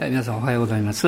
皆さんおはようございます。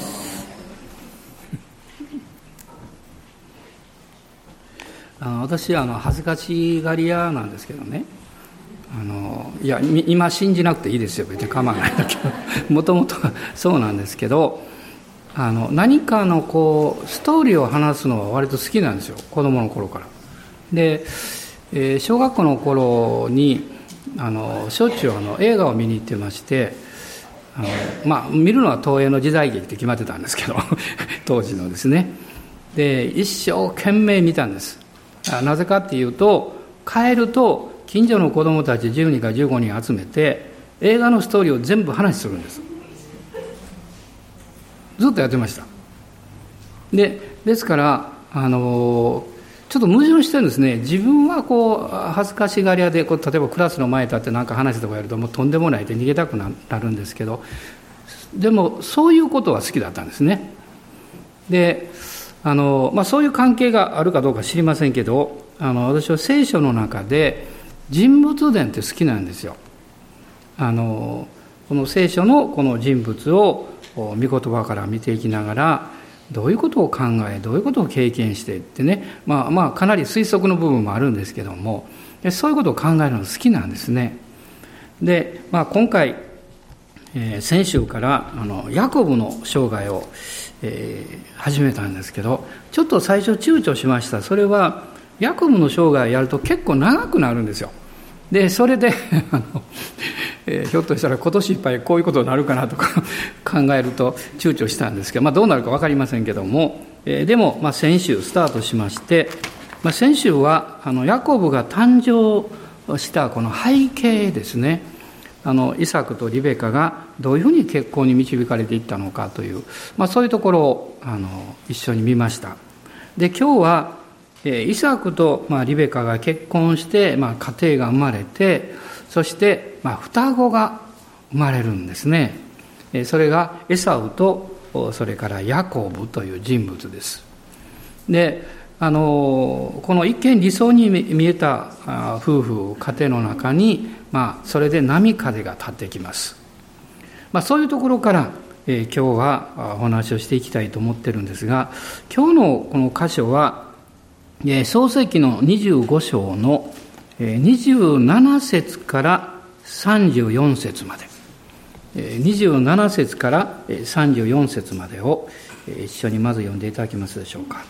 私恥ずかしがり屋なんですけどね、いや今信じなくていいですよ、別に構わないんだけどもともとはそうなんですけど、何かのストーリーを話すのは割と好きなんですよ、子供の頃から。で、小学校の頃にしょっちゅう映画を見に行ってまして、見るのは東映の時代劇って決まってたんですけど当時のですね。で、一生懸命見たんです。なぜかっていうと、帰ると近所の子供たち10人か15人集めて映画のストーリーを全部話するんです。ずっとやってました。ですからちょっと矛盾してるんですね。自分は恥ずかしがり屋で例えばクラスの前に立って何か話とかやるともうとんでもないって逃げたくなるんですけど、でもそういうことは好きだったんですね。でそういう関係があるかどうか知りませんけど、私は聖書の中で人物伝って好きなんですよ。この聖書のこの人物を御言葉から見ていきながら、どういうことを考え、どういうことを経験してってね、かなり推測の部分もあるんですけども、そういうことを考えるのが好きなんですね。で、今回、先週からヤコブの生涯を、始めたんですけど、ちょっと最初躊躇しました。それはヤコブの生涯をやると結構長くなるんですよ。で、それでひょっとしたら今年いっぱいこういうことになるかなとか考えると躊躇したんですけど、どうなるか分かりませんけども、でも先週スタートしまして、先週はヤコブが誕生したこの背景ですね。イサクとリベカがどういうふうに結婚に導かれていったのかという、そういうところを一緒に見ました。で、今日はイサクとリベカが結婚して、家庭が生まれて、そして双子が生まれるんですね。それがエサウとそれからヤコブという人物です。で、この一見理想に見えた夫婦家庭の中に、それで波風が立ってきます。そういうところから、今日はお話をしていきたいと思ってるんですが、今日のこの箇所は創世記の25章の27節から34節まで、27節から34節までを一緒にまず読んでいただけますでしょうか。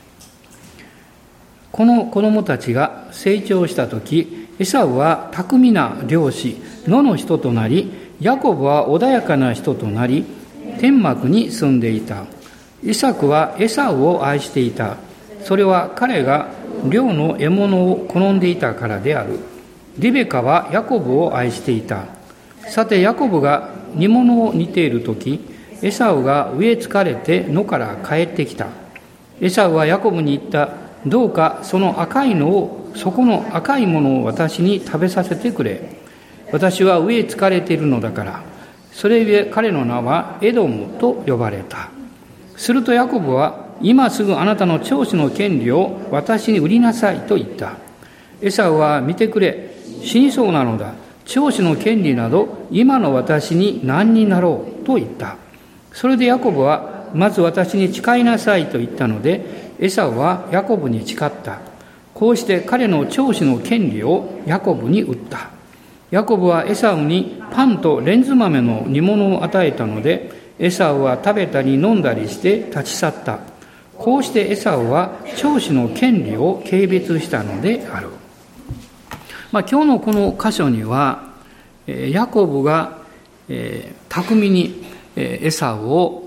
この子供たちが成長したとき、エサウは巧みな漁師、野の人となり、ヤコブは穏やかな人となり、天幕に住んでいた。イサクはエサウを愛していた。それは彼が猟の獲物を好んでいたからである。リベカはヤコブを愛していた。さてヤコブが煮物を煮ているとき、エサウが飢え疲れて野から帰ってきた。エサウはヤコブに言った。どうかその赤いものを私に食べさせてくれ。私は飢え疲れているのだから。それゆえ彼の名はエドムと呼ばれた。するとヤコブは、今すぐあなたの長子の権利を私に売りなさいと言った。エサウは、見てくれ、死にそうなのだ。長子の権利など今の私に何になろうと言った。それでヤコブは、まず私に誓いなさいと言ったので、エサウはヤコブに誓った。こうして彼の長子の権利をヤコブに売った。ヤコブはエサウにパンとレンズ豆の煮物を与えたので、エサウは食べたり飲んだりして立ち去った。こうしてエサウは長子の権利を軽蔑したのである。今日のこの箇所には、ヤコブが、巧みにエサウを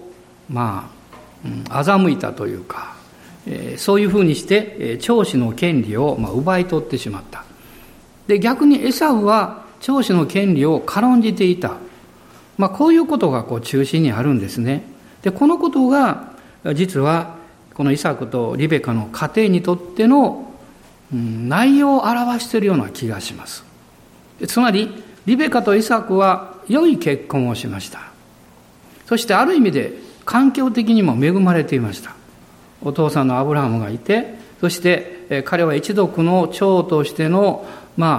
欺いたというか、そういうふうにして長子の権利を奪い取ってしまった。で、逆にエサウは長子の権利を軽んじていた。こういうことが中心にあるんですね。で、このことが実はこのイサクとリベカの家庭にとっての内容を表しているような気がします。つまりリベカとイサクは良い結婚をしました。そしてある意味で環境的にも恵まれていました。お父さんのアブラハムがいて、そして彼は一族の長としての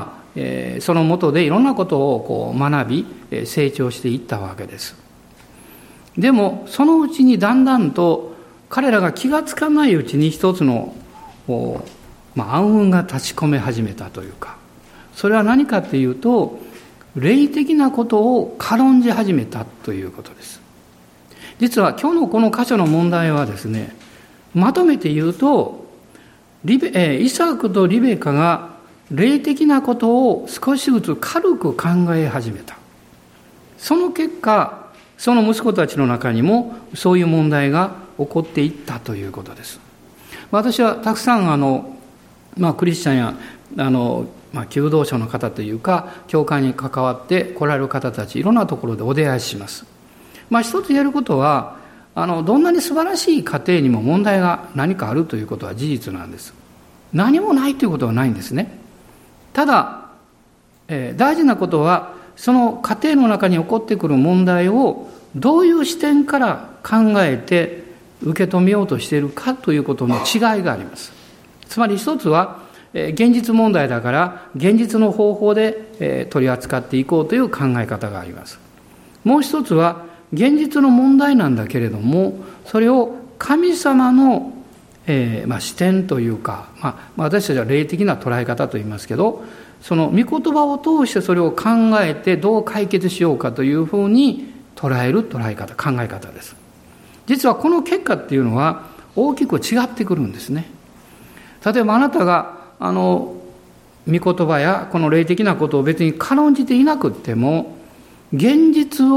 その下でいろんなことを学び成長していったわけです。 でもそのうちにだんだんと彼らが気がつかないうちに一つの暗雲が立ち込め始めたというか、それは何かっていうと、霊的なことを軽んじ始めたということです。実は今日のこの箇所の問題はですね、まとめて言うと、イサクとリベカが霊的なことを少しずつ軽く考え始めた。その結果、その息子たちの中にもそういう問題が起こっていったということです。私はたくさんクリスチャンや求道者の方というか教会に関わって来られる方たち、いろんなところでお出会いします。一つ言えることは、どんなに素晴らしい家庭にも問題が何かあるということは事実なんです。何もないということはないんですね。ただ、大事なことは、その家庭の中に起こってくる問題をどういう視点から考えて受け止めようとしているかということの違いがあります。つまり一つは、現実問題だから現実の方法で取り扱っていこうという考え方があります。もう一つは現実の問題なんだけれども、それを神様の、視点というか、私たちは霊的な捉え方と言いますけど、その御言葉を通してそれを考えてどう解決しようかというふうに捉える捉え方、考え方です。実はこの結果っていうのは大きく違ってくるんですね。例えばあなたが御言葉やこの霊的なことを別に軽んじていなくっても、現実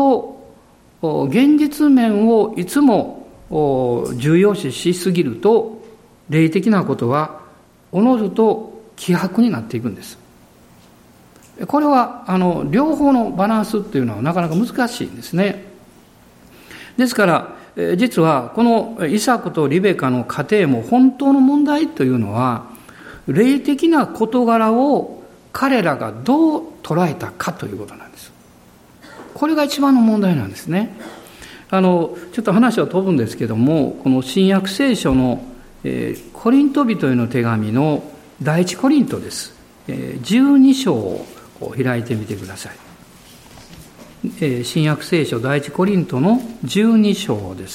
面をいつも重要視しすぎると、霊的なことはおのずと希薄になっていくんです。これは両方のバランスっていうのはなかなか難しいんですね。ですから実はこのイサクとリベカの家庭も本当の問題というのは、霊的な事柄を彼らがどう捉えたかということなんです。これが一番の問題なんですね。ちょっと話は飛ぶんですけども、この新約聖書の、コリント人への手紙の第一コリントです。12章を開いてみてください。新約聖書第一コリントの12章です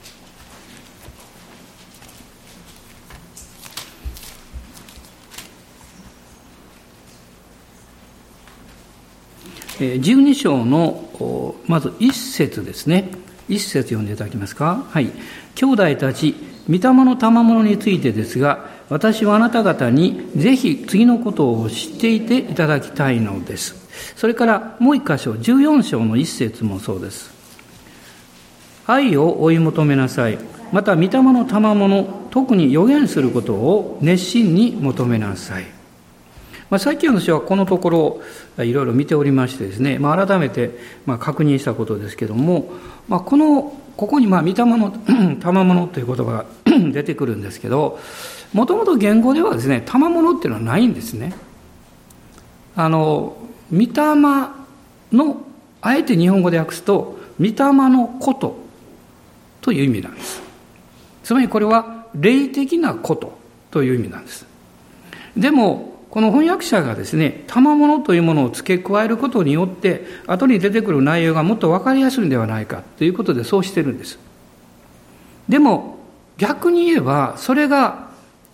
。12章のまず1節ですね。1節読んでいただけますか。はい。兄弟たち、御霊の賜物についてですが、私はあなた方にぜひ次のことを知っていていただきたいのです。それからもう一箇所、14章の1節もそうです。愛を追い求めなさい。また御霊の賜物、特に預言することを熱心に求めなさい。最近私はこのところをいろいろ見ておりましてですね、改めて確認したことですけども、ここに御霊の賜物という言葉が出てくるんですけど、もともと言語ではですね、賜物っていうのはないんですね。御霊の、あえて日本語で訳すと、御霊のことという意味なんです。つまりこれは霊的なことという意味なんです。でも、この翻訳者がですね、賜物というものを付け加えることによって、後に出てくる内容がもっと分かりやすいんではないかということでそうしてるんです。でも、逆に言えば、それが、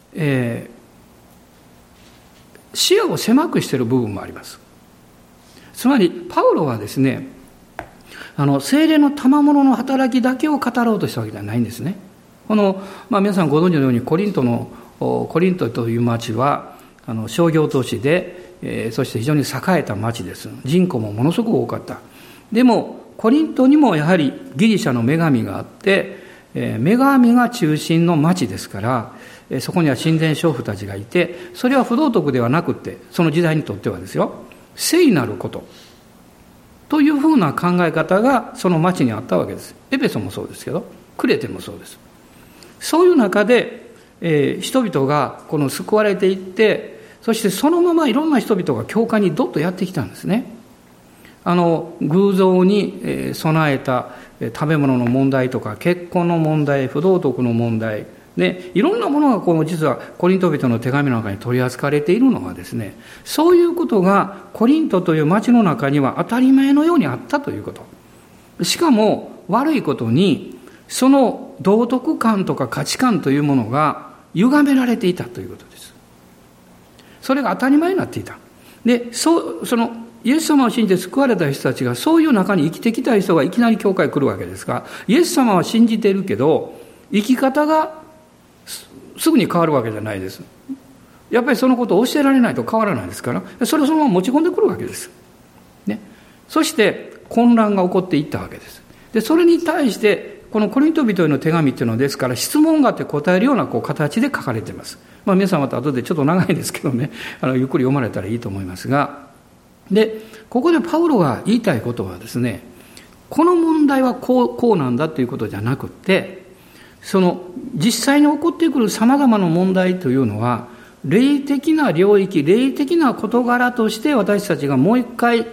視野を狭くしている部分もあります。つまり、パウロはですね、聖霊の賜物の働きだけを語ろうとしたわけではないんですね。皆さんご存知のようにコリントという町は、商業都市で、そして非常に栄えた町です。人口もものすごく多かった。でも、コリントにもやはりギリシャの女神があって、女神が中心の町ですから、そこには神殿娼婦たちがいて、それは不道徳ではなくて、その時代にとってはですよ、聖なること。というふうな考え方がその町にあったわけです。エペソもそうですけど、クレテもそうです。そういう中で、人々が救われていって、そしてそのままいろんな人々が教会にどっとやってきたんですね。偶像に備えた食べ物の問題とか、結婚の問題、不道徳の問題、でいろんなものが実はコリント人の手紙の中に取り扱われているのはですね、そういうことがコリントという町の中には当たり前のようにあったということ。しかも悪いことにその道徳観とか価値観というものが歪められていたということです。それが当たり前になっていた。で、そのイエス様を信じて救われた人たちがそういう中に生きてきた人がいきなり教会に来るわけですが、イエス様は信じているけど生き方がすぐに変わるわけじゃないです。やっぱりそのことを教えられないと変わらないですから、それをそのまま持ち込んでくるわけです、ね、そして混乱が起こっていったわけです。でそれに対してこのコリント人への手紙っていうのはですから質問があって答えるような形で書かれています。皆さんまた後でちょっと長いですけどね、ゆっくり読まれたらいいと思いますが、でここでパウロが言いたいことはですね、この問題はこうなんだということじゃなくて、その実際に起こってくるさまざまな問題というのは霊的な領域、霊的な事柄として私たちがもう一回、御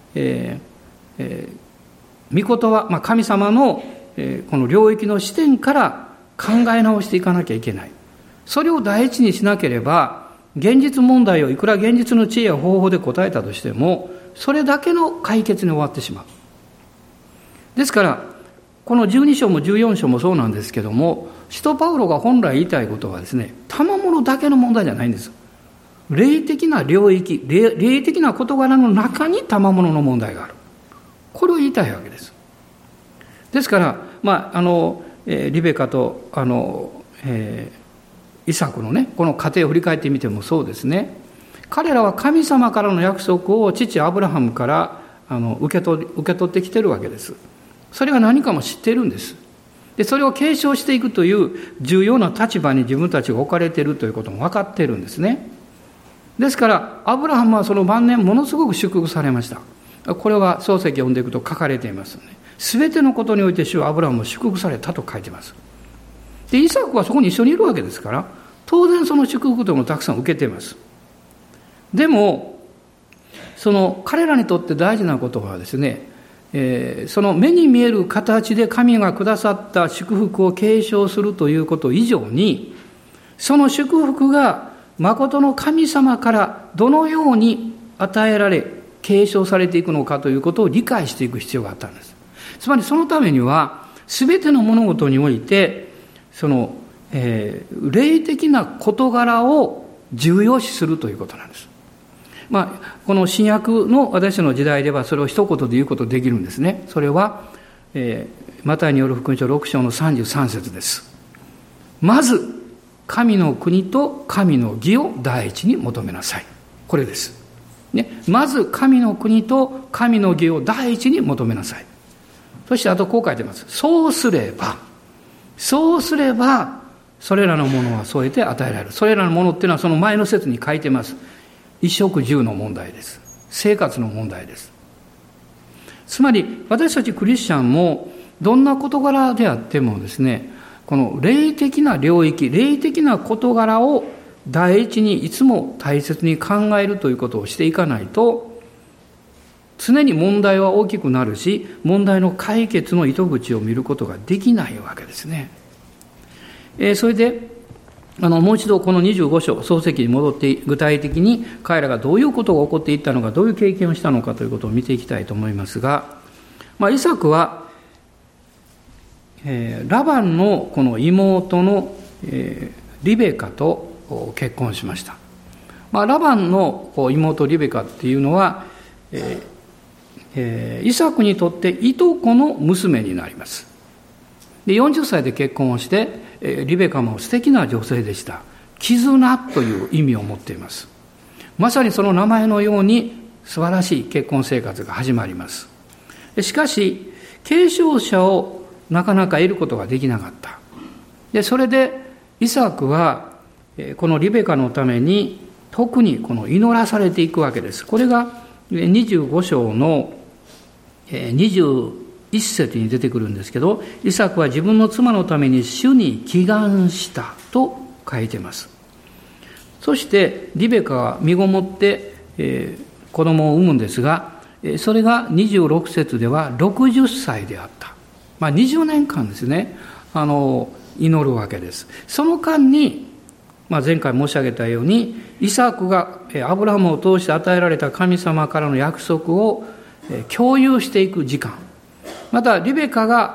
言葉、神様の、この領域の視点から考え直していかなきゃいけない。それを第一にしなければ、現実問題をいくら現実の知恵や方法で答えたとしても、それだけの解決に終わってしまう。ですから、この12章も14章もそうなんですけども、使徒パウロが本来言いたいことはですね、賜物だけの問題じゃないんです。霊的な領域、霊的な事柄の中に賜物の問題がある。これを言いたいわけです。ですから、リベカとイサクのね、この過程を振り返ってみてもそうですね。彼らは神様からの約束を父アブラハムから受け取ってきてるわけです。それが何かも知っているんです。でそれを継承していくという重要な立場に自分たちが置かれているということも分かっているんですね。ですからアブラハムはその晩年ものすごく祝福されました。これは創世記を読んでいくと書かれていますね。すべてのことにおいて主はアブラハムを祝福されたと書いています。でイサクはそこに一緒にいるわけですから、当然その祝福というのをたくさん受けています。でもその彼らにとって大事なことはですね、その目に見える形で神がくださった祝福を継承するということ以上に、その祝福が真の神様からどのように与えられ継承されていくのかということを理解していく必要があったんです。つまりそのためには全ての物事においてその、霊的な事柄を重要視するということなんです。この新約の私の時代ではそれを一言で言うことできるんですね。それは、マタイによる福音書6章の33節です。まず神の国と神の義を第一に求めなさい。これです、ね、まず神の国と神の義を第一に求めなさい。そしてあとこう書いてます。そうすればそれらのものは添えて与えられる。それらのものっていうのはその前の節に書いてます。衣食住の問題です。生活の問題です。つまり私たちクリスチャンもどんな事柄であってもですね、この霊的な領域、霊的な事柄を第一にいつも大切に考えるということをしていかないと、常に問題は大きくなるし、問題の解決の糸口を見ることができないわけですね。それでもう一度この25章創世記に戻って具体的に彼らがどういうことが起こっていったのか、どういう経験をしたのかということを見ていきたいと思いますが、イサクは、ラバンのこの妹の、リベカと結婚しました。ラバンの妹リベカっていうのは、イサクにとっていとこの娘になります。で40歳で結婚をして、リベカも素敵な女性でした。絆という意味を持っています。まさにその名前のように素晴らしい結婚生活が始まります。しかし継承者をなかなか得ることができなかった。でそれでイサクはこのリベカのために特にこの祈らされていくわけです。これが25章の21節に出てくるんですけど、イサクは自分の妻のために主に祈願したと書いています。そしてリベカは身ごもって、子供を産むんですが、それが26節では60歳であった。20年間ですね、祈るわけです。その間に、前回申し上げたように、イサクがアブラハムを通して与えられた神様からの約束を共有していく時間、またリベカが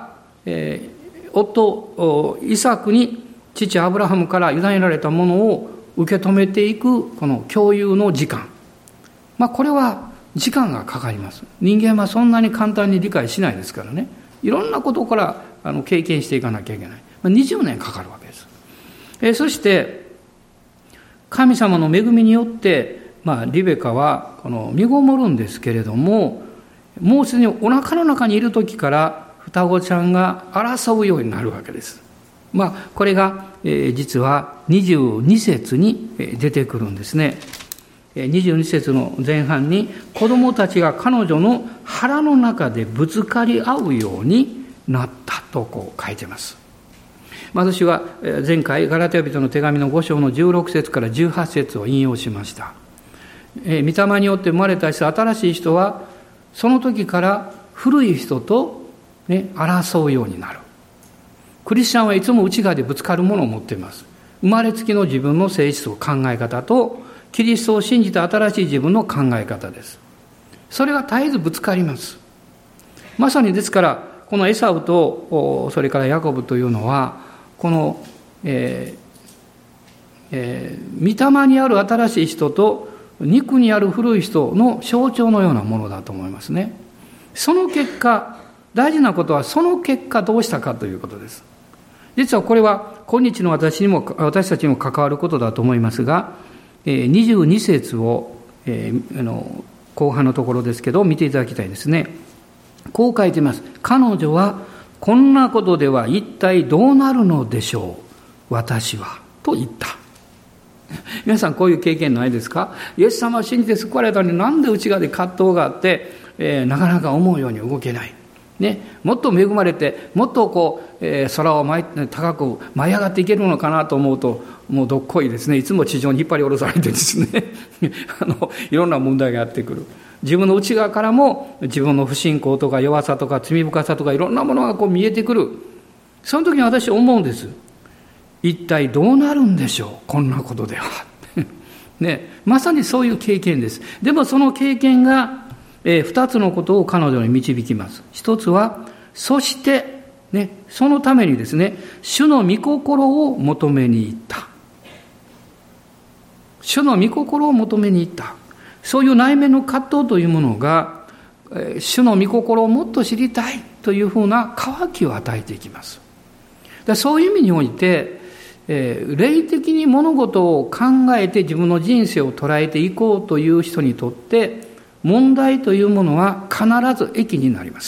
夫イサクに父アブラハムから委ねられたものを受け止めていくこの共有の時間、これは時間がかかります。人間はそんなに簡単に理解しないですからね。いろんなことから経験していかなきゃいけない。20年かかるわけです。そして神様の恵みによって、リベカはこの身ごもるんですけれども、もうすでにお腹の中にいる時から双子ちゃんが争うようになるわけです。これが、実は22節に出てくるんですね。22節の前半に、子供たちが彼女の腹の中でぶつかり合うようになったと書いてます。私は前回ガラテヤ人の手紙の5章の16節から18節を引用しました。御霊によって生まれた人、新しい人はその時から古い人と、争うようになる。クリスチャンはいつも内側でぶつかるものを持っています。生まれつきの自分の性質と考え方と、キリストを信じた新しい自分の考え方です。それが絶えずぶつかります。まさにですから、このエサウとそれからヤコブというのは、この、御霊にある新しい人と肉にある古い人の象徴のようなものだと思いますね。その結果、大事なことはその結果どうしたかということです。実はこれは今日の私たちにも関わることだと思いますが、22節を、後半のところですけど見ていただきたいですね。こう書いています。彼女はこんなことでは一体どうなるのでしょう、私はと言った。皆さんこういう経験ないですか？イエス様を信じて救われたのになんで内側で葛藤があって、なかなか思うように動けない。もっと恵まれてもっと空を高く舞い上がっていけるのかなと思うと、もうどっこいですね。いつも地上に引っ張り下ろされてですねいろんな問題がやってくる。自分の内側からも自分の不信仰とか弱さとか罪深さとかいろんなものが見えてくる。その時に私思うんです。一体どうなるんでしょう、こんなことではまさにそういう経験です。でもその経験が二つのことを彼女に導きます。一つは、そして、そのためにですね、主の御心を求めに行った。主の御心を求めに行った。そういう内面の葛藤というものが、主の御心をもっと知りたいというふうな渇きを与えていきます。そういう意味において、霊的に物事を考えて自分の人生を捉えていこうという人にとって、問題というものは必ず益になります。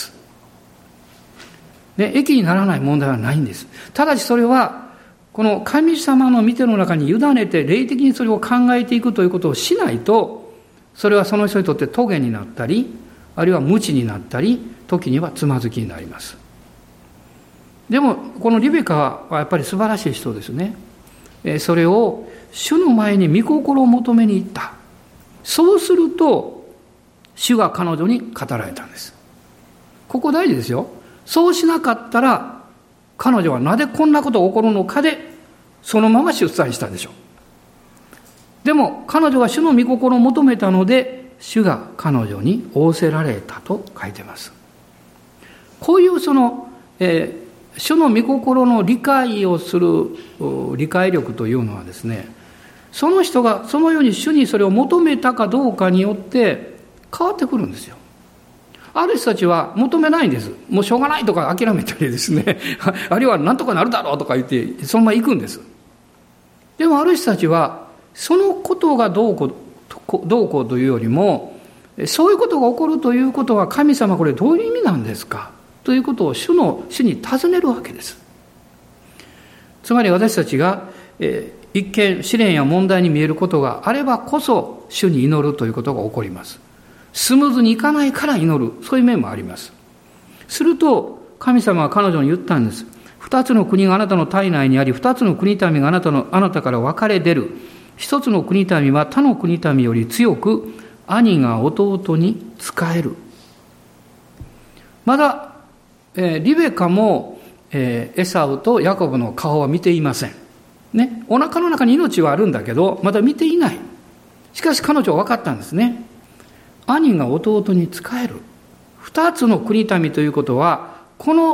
益にならない問題はないんです。ただしそれは、この神様の御手の中に委ねて霊的にそれを考えていくということをしないと、それはその人にとって棘になったり、あるいは無知になったり、時にはつまずきになります。でも、このリベカはやっぱり素晴らしい人ですね。それを主の前に御心を求めに行った。そうすると、主が彼女に語られたんです。ここ大事ですよ。そうしなかったら、彼女はなぜこんなことが起こるのかで、そのまま出産したんでしょう。でも、彼女は主の御心を求めたので、主が彼女に仰せられたと書いてます。こういう主の御心の理解をする理解力というのはですね、その人がそのように主にそれを求めたかどうかによって変わってくるんですよ。ある人たちは求めないんです。もうしょうがないとか諦めたりですねあるいはなんとかなるだろうとか言ってそのまま行くんです。でもある人たちはそのことがどうこうというよりも、そういうことが起こるということは神様これどういう意味なんですかということを主に尋ねるわけです。つまり私たちが、一見試練や問題に見えることがあればこそ主に祈るということが起こります。スムーズにいかないから祈る、そういう面もあります。すると神様は彼女に言ったんです。二つの国があなたの体内にあり、二つの国民があなたから分かれ出る。一つの国民は他の国民より強く、兄が弟に仕える。まだ、リベカも、エサウとヤコブの顔は見ていません。お腹の中に命はあるんだけど、まだ見ていない。しかし彼女は分かったんですね。兄が弟に仕える。二つの国民ということは、この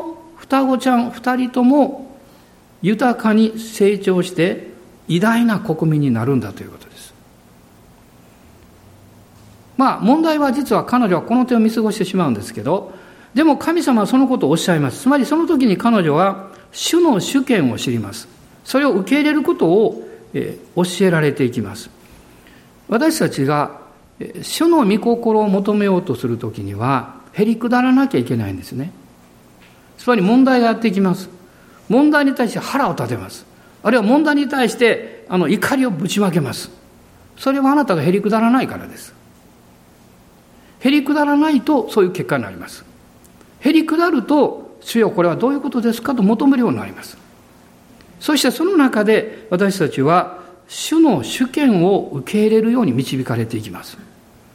双子ちゃん2人とも豊かに成長して偉大な国民になるんだということです。問題は実は彼女はこの手を見過ごしてしまうんですけど、でも神様はそのことをおっしゃいます。つまりその時に彼女は主の主権を知ります。それを受け入れることを教えられていきます。私たちが主の御心を求めようとするときにはへりくだらなきゃいけないんですね。つまり問題がやってきます。問題に対して腹を立てます。あるいは問題に対して怒りをぶちまけます。それはあなたがへりくだらないからです。へりくだらないとそういう結果になります。へりくだると、主よこれはどういうことですかと求めるようになります。そしてその中で私たちは主の主権を受け入れるように導かれていきます。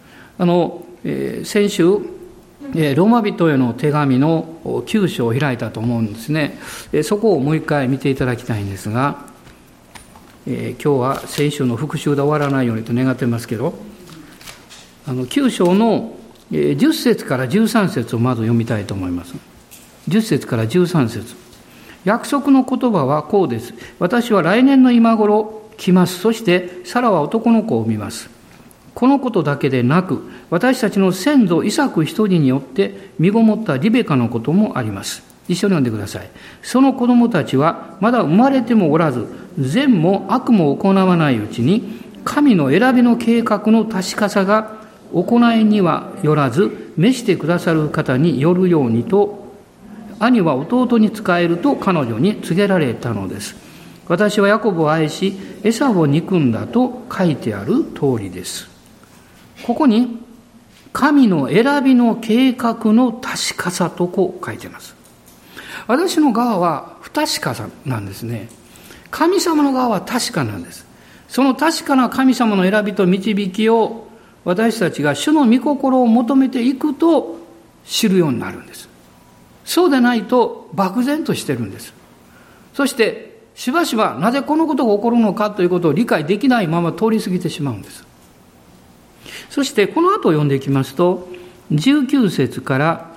先週ローマ人への手紙の9章を開いたと思うんですね。そこをもう一回見ていただきたいんですが、今日は先週の復習で終わらないようにと願ってますけど、9章の10節から13節をまず読みたいと思います。10節から13節。約束の言葉はこうです。私は来年の今頃来ます。そしてサラは男の子を産みます。このことだけでなく、私たちの先祖イサク一人によって身ごもったリベカのこともあります。一緒に読んでください。その子供たちはまだ生まれてもおらず、善も悪も行わないうちに、神の選びの計画の確かさが行いにはよらず、召してくださる方によるようにと、兄は弟に仕えると彼女に告げられたのです。私はヤコブを愛し、エサを憎んだと書いてある通りです。ここに、神の選びの計画の確かさとこう書いています。私の側は不確かさなんですね。神様の側は確かなんです。その確かな神様の選びと導きを私たちが主の御心を求めていくと知るようになるんです。そうでないと漠然としてるんです。そしてしばしばなぜこのことが起こるのかということを理解できないまま通り過ぎてしまうんです。そしてこの後を読んでいきますと、19節から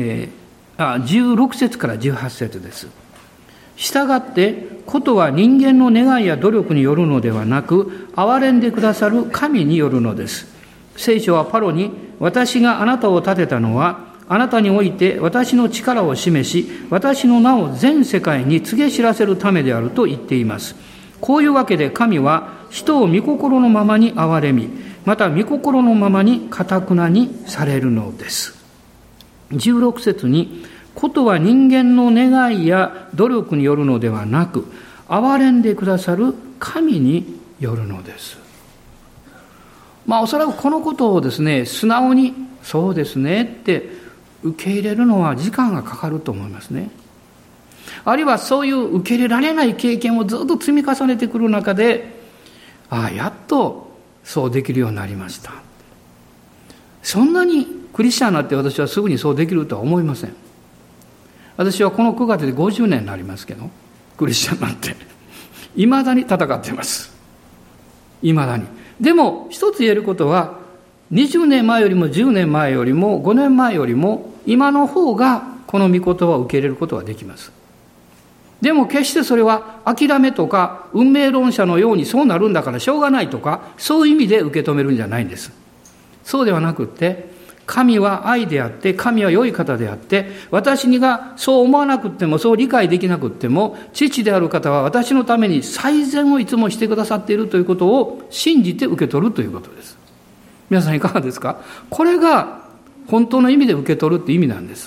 16節から18節です。したがってことは人間の願いや努力によるのではなく、憐れんでくださる神によるのです。聖書はパロに、私があなたを立てたのは、あなたにおいて私の力を示し、私の名を全世界に告げ知らせるためであると言っています。こういうわけで神は人を御心のままに憐れみ、また御心のままに堅なにされるのです。16節に、ことは人間の願いや努力によるのではなく、憐れんでくださる神によるのです。おそらくこのことをですね、素直にそうですねって受け入れるのは時間がかかると思いますね。あるいはそういう受け入れられない経験をずっと積み重ねてくる中で、やっとそうできるようになりました。そんなにクリスチャンになって私はすぐにそうできるとは思いません。私はこの9月で50年になりますけど、クリスチャンになっていまだに戦っています。いまだに。でも一つ言えることは、20年前よりも10年前よりも5年前よりも今の方がこの御言葉を受け入れることができます。でも決してそれは諦めとか運命論者のようにそうなるんだからしょうがないとか、そういう意味で受け止めるんじゃないんです。そうではなくって、神は愛であって、神は良い方であって、私がそう思わなくっても、そう理解できなくっても、父である方は私のために最善をいつもしてくださっているということを信じて受け取るということです。皆さんいかがですか？これが本当の意味で受け取るって意味なんです。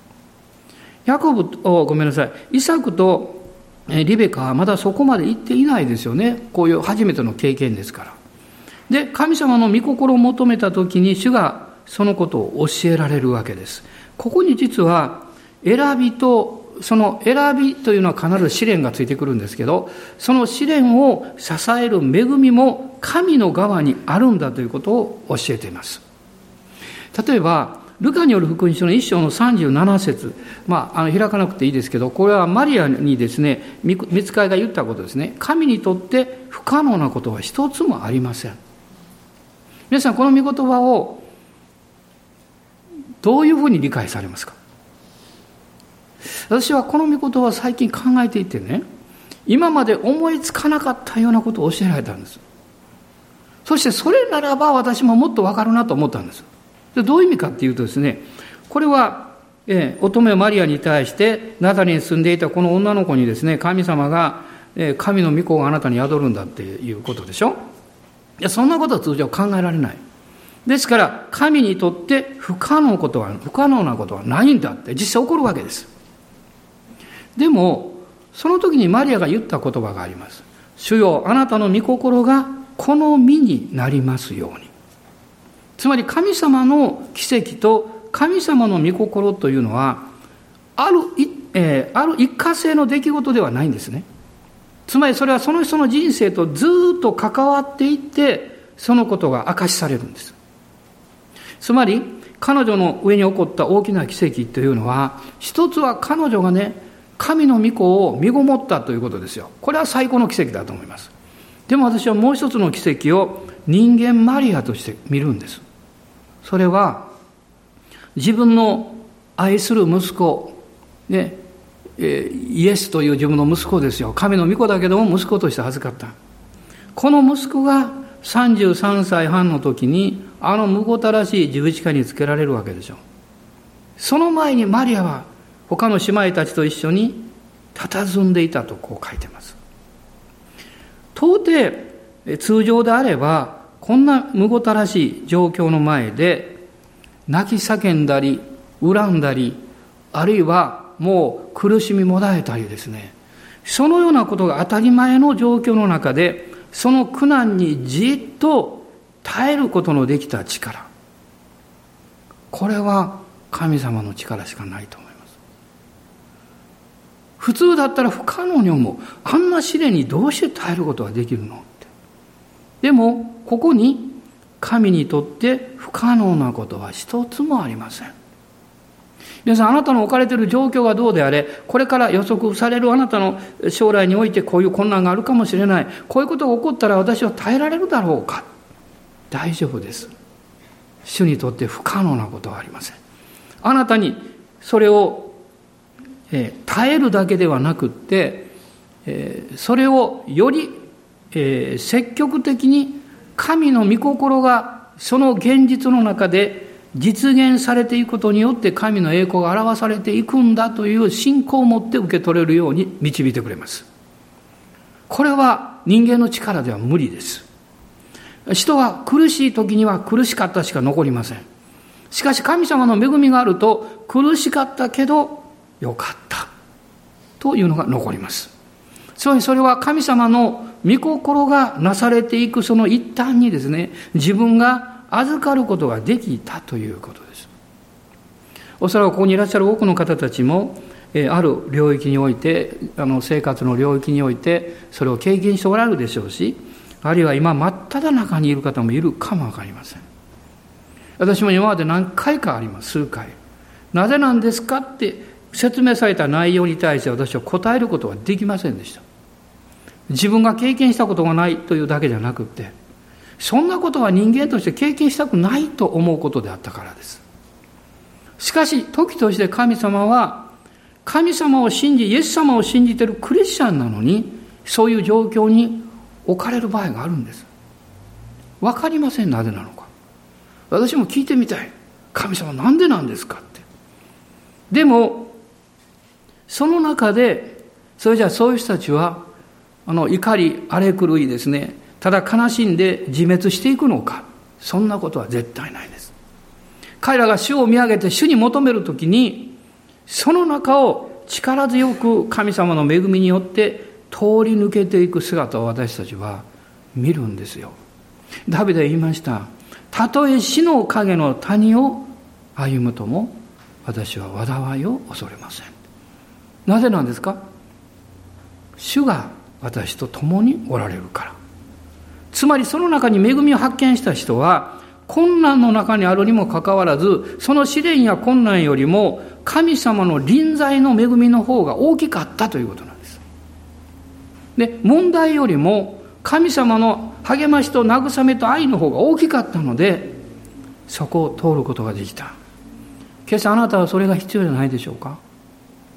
イサクとリベカはまだそこまで行っていないですよね。こういう初めての経験ですから。で、神様の御心を求めたときに主がそのことを教えられるわけです。ここに実は選びと、その選びというのは必ず試練がついてくるんですけど、その試練を支える恵みも神の側にあるんだということを教えています。例えばルカによる福音書の1章の37節、開かなくていいですけど、これはマリアにですね、御使いが言ったことですね。神にとって不可能なことは一つもありません。皆さん、この御言葉をどういうふうに理解されますか？ 私はこの御言葉を最近考えていてね、今まで思いつかなかったようなことを教えられたんです。そしてそれならば私ももっと分かるなと思ったんです。でどういう意味かっていうとですね、これは、乙女マリアに対してナザレに住んでいたこの女の子にですね、神様が、神の御子があなたに宿るんだっていうことでしょ。いや、そんなことは通常考えられない。ですから神にとって不可能なことはないんだって実際起こるわけです。でもその時にマリアが言った言葉があります。主よ、あなたの御心がこの身になりますように。つまり神様の奇跡と神様の御心というのはある一過性の出来事ではないんですね。つまりそれはその人の人生とずっと関わっていってそのことが明かしされるんです。つまり彼女の上に起こった大きな奇跡というのは、一つは彼女がね、神の御子を身ごもったということですよ。これは最高の奇跡だと思います。でも私はもう一つの奇跡を人間マリアとして見るんです。それは自分の愛する息子、ね、イエスという自分の息子ですよ。神の御子だけども息子として預かった。この息子が33歳半の時にあのむごたらしい十字架につけられるわけでしょう。その前にマリアは他の姉妹たちと一緒に佇んでいたとこう書いてます。到底通常であればこんなむごたらしい状況の前で泣き叫んだり恨んだり、あるいはもう苦しみもだえたりですね、そのようなことが当たり前の状況の中でその苦難にじっと耐えることのできた力、これは神様の力しかないと思います。普通だったら不可能に思う。あんな試練にどうして耐えることができるのって。でもここに神にとって不可能なことは一つもありません。皆さん、あなたの置かれている状況がどうであれ、これから予測されるあなたの将来においてこういう困難があるかもしれない、こういうことが起こったら私は耐えられるだろうか。大丈夫です。主にとって不可能なことはありません。あなたにそれを、耐えるだけではなくって、それをより、積極的に神の御心がその現実の中で実現されていくことによって神の栄光が表されていくんだという信仰を持って受け取れるように導いてくれます。これは人間の力では無理です。人は苦しい時には苦しかったしか残りません。しかし神様の恵みがあると苦しかったけどよかったというのが残ります。つまりそれは神様の御心がなされていくその一端にですね、自分が預かることができたということです。おそらくここにいらっしゃる多くの方たちもある領域において、生活の領域においてそれを経験しておられるでしょうし、あるいは今真っ只中にいる方もいるかもわかりません。私も今まで何回かあります。数回。なぜなんですかって説明された内容に対して私は答えることができませんでした。自分が経験したことがないというだけじゃなくて、そんなことは人間として経験したくないと思うことであったからです。しかし時として神様は神様を信じ、イエス様を信じているクリスチャンなのにそういう状況に置かれる場合があるんです。わかりません。なぜなのか。私も聞いてみたい。神様なんでなんですかって。でもその中でそれじゃあそういう人たちは怒り荒れ狂いですね、ただ悲しんで自滅していくのか。そんなことは絶対ないです。彼らが主を見上げて主に求めるときにその中を力強く神様の恵みによって通り抜けていく姿を私たちは見るんですよ。ダビデは言いました。たとえ死の影の谷を歩むとも私は災いを恐れません。なぜなんですか。主が私と共におられるから。つまりその中に恵みを発見した人は困難の中にあるにもかかわらず、その試練や困難よりも神様の臨在の恵みの方が大きかったということなんです。で、問題よりも神様の励ましと慰めと愛の方が大きかったので、そこを通ることができた。今朝あなたはそれが必要じゃないでしょうか。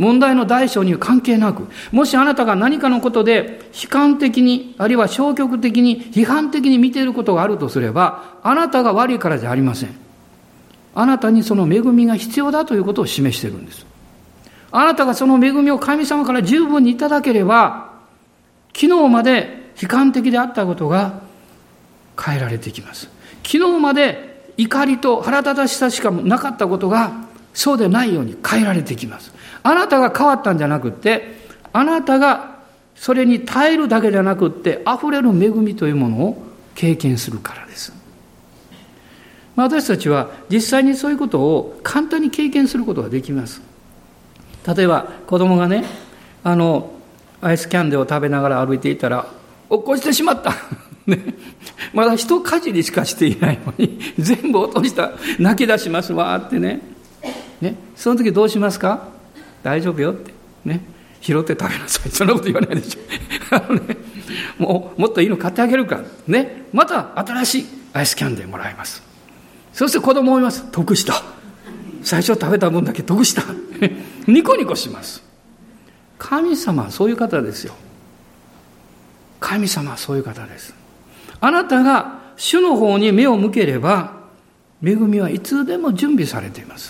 問題の大小には関係なく、もしあなたが何かのことで悲観的に、あるいは消極的に、批判的に見ていることがあるとすれば、あなたが悪いからじゃありません。あなたにその恵みが必要だということを示しているんです。あなたがその恵みを神様から十分にいただければ、昨日まで悲観的であったことが変えられてきます。昨日まで怒りと腹立たしさしかなかったことがそうでないように変えられてきます。あなたが変わったんじゃなくって、あなたがそれに耐えるだけじゃなくって、溢れる恵みというものを経験するからです。私たちは実際にそういうことを簡単に経験することができます。例えば子供がね、アイスキャンデーを食べながら歩いていたら、落っこちてしまった、ね、まだ一かじりしかしていないのに全部落とした、泣き出しますわってね。その時どうしますか？大丈夫よって、ね、拾って食べなさい。そんなこと言わないでしょもっといいの買ってあげるから、ね、また新しいアイスキャンデーもらいます。そして子供を見ます。得した。最初食べた分だけ得したニコニコします。神様はそういう方ですよ。神様はそういう方です。あなたが主の方に目を向ければ、恵みはいつでも準備されています。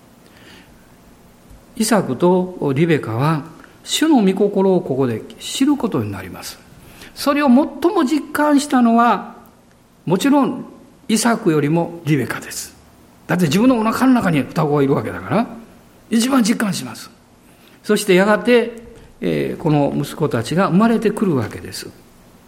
イサクとリベカは主の御心をここで知ることになります。それを最も実感したのは、もちろんイサクよりもリベカです。だって自分のお腹の中に双子がいるわけだから、一番実感します。そしてやがて、この息子たちが生まれてくるわけです。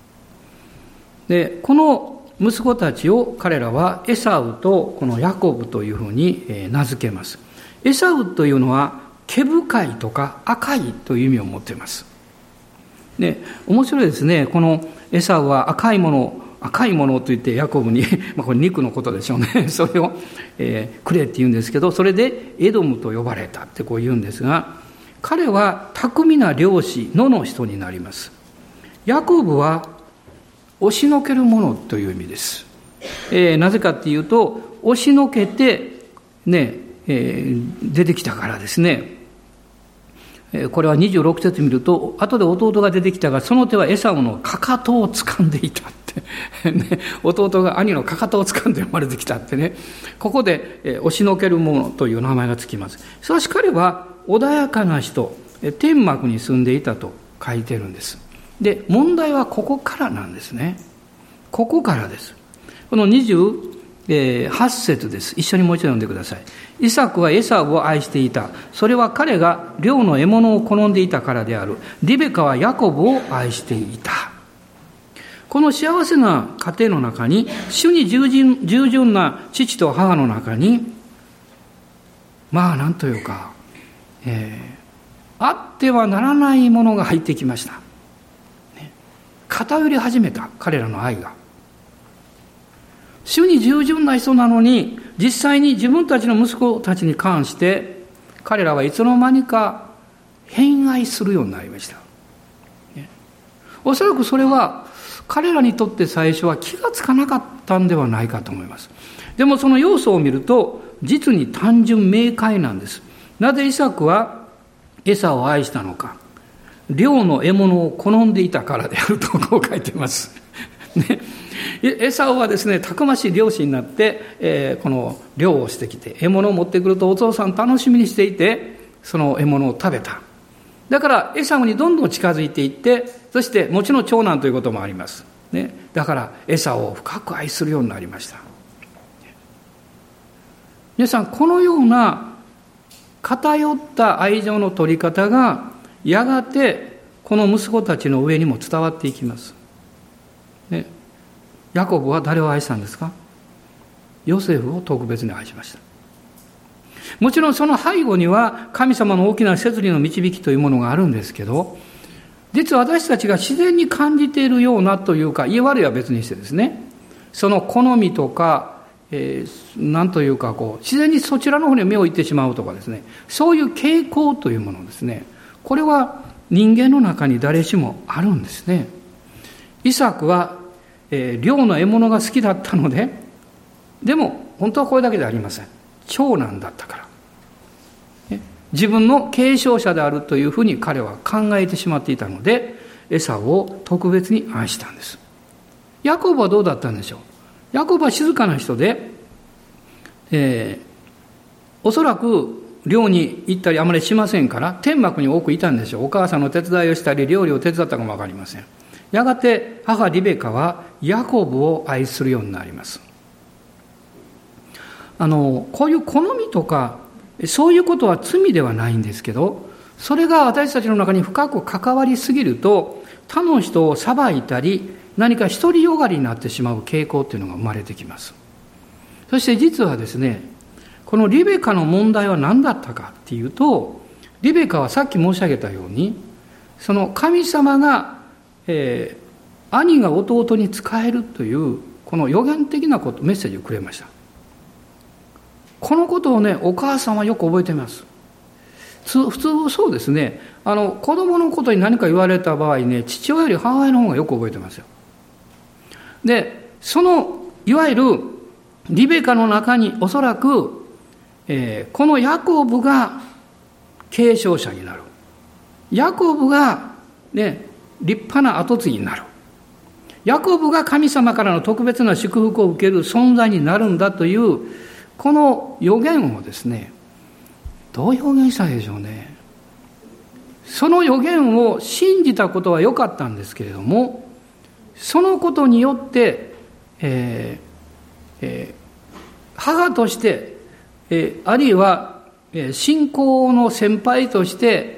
で、この息子たちを彼らはエサウとこのヤコブというふうに名付けます。エサウというのは毛深いとか赤いという意味を持っています。で、面白いですね。このエサウは赤いものと言ってヤコブにこれ肉のことでしょうね。それを、くれって言うんですけど、それでエドムと呼ばれたってこう言うんですが、彼は巧みな漁師の人になります。ヤコブは押しのけるものという意味です。なぜかっていうと、押しのけてね、出てきたからですね。これは26節見ると、後で弟が出てきたが、その手はエサウのかかとを掴んでいたってね、弟が兄のかかとを掴んで生まれてきたってね、ここで押しのけるものという名前がつきます。しかし彼は穏やかな人、天幕に住んでいたと書いてるんです。で、問題はここからなんですね。ここからです。この28節です。一緒にもう一度読んでください。イサクはエサウを愛していた。それは彼が猟の獲物を好んでいたからである。リベカはヤコブを愛していた。この幸せな家庭の中に、主に従順な父と母の中に、なんというか、あってはならないものが入ってきました。偏り始めた彼らの愛が。主に従順な人なのに、実際に自分たちの息子たちに関して彼らはいつの間にか偏愛するようになりました。おそらくそれは彼らにとって最初は気がつかなかったんではないかと思います。でもその要素を見ると実に単純明快なんです。なぜイサクはエサを愛したのか。猟の獲物を好んでいたからであるとこう書いてます。ね、エサウはですね、たくましい漁師になって、この漁をしてきて、獲物を持ってくるとお父さん楽しみにしていて、その獲物を食べた。だからエサウにどんどん近づいていって、そしてもちろん長男ということもあります。ね、だからエサウを深く愛するようになりました。皆さん、このような偏った愛情の取り方がやがてこの息子たちの上にも伝わっていきます。ね、ヤコブは誰を愛したんですか？ヨセフを特別に愛しました。もちろんその背後には神様の大きな摂理の導きというものがあるんですけど、実は私たちが自然に感じているようなというか、言い悪いは別にしてですね、その好みとか、なんというか自然にそちらの方に目をいってしまうとかですね、そういう傾向というものですね、これは人間の中に誰しもあるんですね。イサクは、猟の獲物が好きだったので、でも本当はこれだけではありません。長男だったから、 自分の継承者であるというふうに彼は考えてしまっていたので、エサウを特別に愛したんです。ヤコブはどうだったんでしょう。ヤコブは静かな人で、おそらく漁に行ったりあまりしませんから、天幕に多くいたんでしょう。お母さんの手伝いをしたり、料理を手伝ったかもわかりません。やがて母リベカはヤコブを愛するようになります。こういう好みとか、そういうことは罪ではないんですけど、それが私たちの中に深く関わりすぎると、他の人を裁いたり、何か独りよがりになってしまう傾向というのが生まれてきます。そして実はですね、このリベカの問題は何だったかっていうと、リベカはさっき申し上げたように、その神様が、兄が弟に仕えるというこの予言的なこと、メッセージをくれました。このことをね、お母さんはよく覚えています。普通そうですね、子供のことに何か言われた場合ね、父親より母親の方がよく覚えてますよ。で、そのいわゆるリベカの中におそらく、このヤコブが継承者になる。ヤコブが、ね、立派な跡継ぎになる。ヤコブが神様からの特別な祝福を受ける存在になるんだという、この予言をですね、どう表現したらいいでしょうね。その予言を信じたことは良かったんですけれども、そのことによって、母として、あるいは信仰の先輩として、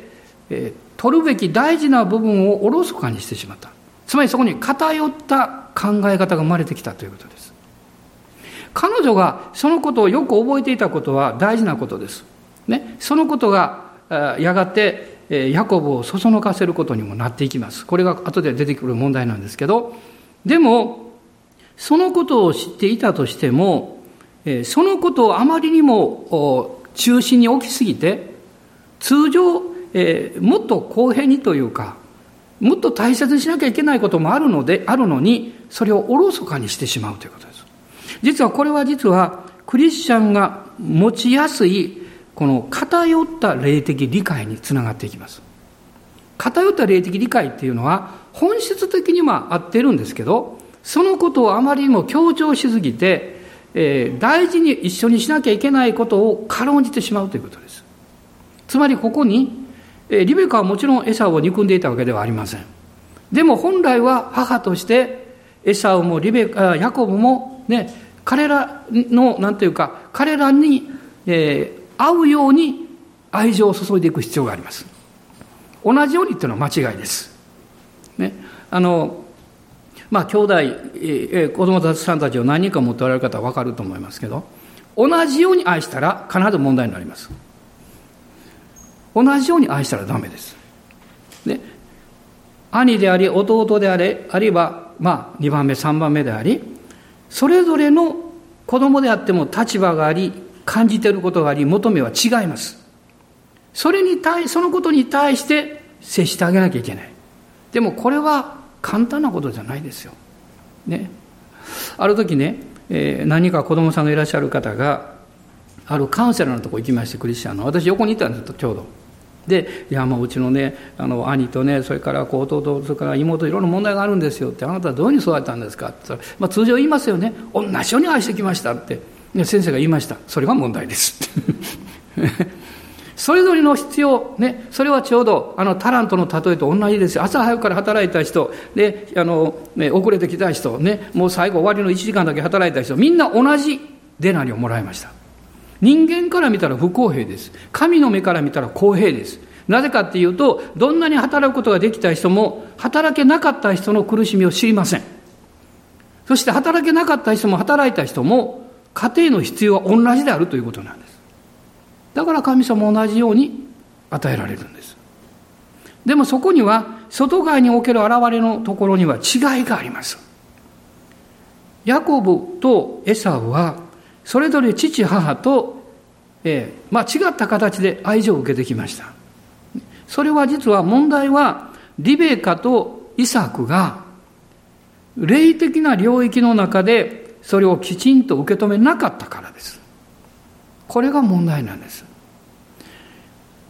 取るべき大事な部分をおろそかにしてしまった。つまりそこに偏った考え方が生まれてきたということです。彼女がそのことをよく覚えていたことは大事なことです。ね、そのことがやがてヤコブをそそのかせることにもなっていきます。これが後で出てくる問題なんですけど、でもそのことを知っていたとしても、そのことをあまりにも中心に置きすぎて、通常もっと公平にというか、もっと大切にしなきゃいけないこともあるのに、それをおろそかにしてしまうということです。これはクリスチャンが持ちやすいこの偏った霊的理解につながっていきます。偏った霊的理解っていうのは本質的には合ってるんですけど、そのことをあまりにも強調しすぎて、大事に一緒にしなきゃいけないことを軽んじてしまうということです。つまりここにリベカはもちろんエサウを憎んでいたわけではありません。でも本来は母としてエサウもヤコブもね、彼らの彼らに、合うように愛情を注いでいく必要があります。同じようにっていうのは間違いです。ね、兄弟、子供さんたちを何人か持っておられる方は分かると思いますけど、同じように愛したら必ず問題になります。同じように愛したらダメです。で、兄であり弟であれ、あるいは2番目3番目であり、それぞれの子供であっても立場があり、感じていることがあり、求めは違います。そのことに対して接してあげなきゃいけない。でもこれは簡単なことじゃないですよ。ね。ある時ね、何人か子供さんがいらっしゃる方が、あるカウンセラーのとこ行きまして、クリスチャンの。私横にいたんですよ、ちょうど。で、うちのね、兄とね、それから弟、それから妹、いろんな問題があるんですよって、あなたはどういうふうに育てたんですかって言ったら、通常言いますよね。同じように愛してきましたって。先生が言いました。それが問題です。それぞれの必要、ね、それはちょうどタラントの例えと同じですよ。朝早くから働いた人、で、遅れてきた人、ね、もう最後終わりの1時間だけ働いた人、みんな同じデナリをもらいました。人間から見たら不公平です。神の目から見たら公平です。なぜかっていうと、どんなに働くことができた人も、働けなかった人の苦しみを知りません。そして働けなかった人も働いた人も、家庭の必要は同じであるということなんです。だから神様も同じように与えられるんです。でもそこには、外側における現れのところには違いがあります。ヤコブとエサウは、それぞれ父母と、違った形で愛情を受けてきました。それは実は問題はリベカとイサクが霊的な領域の中でそれをきちんと受け止めなかったからです。これが問題なんです。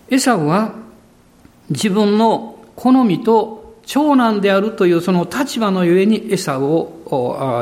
エサウは自分の好みと長男であるというその立場のゆえにエサウを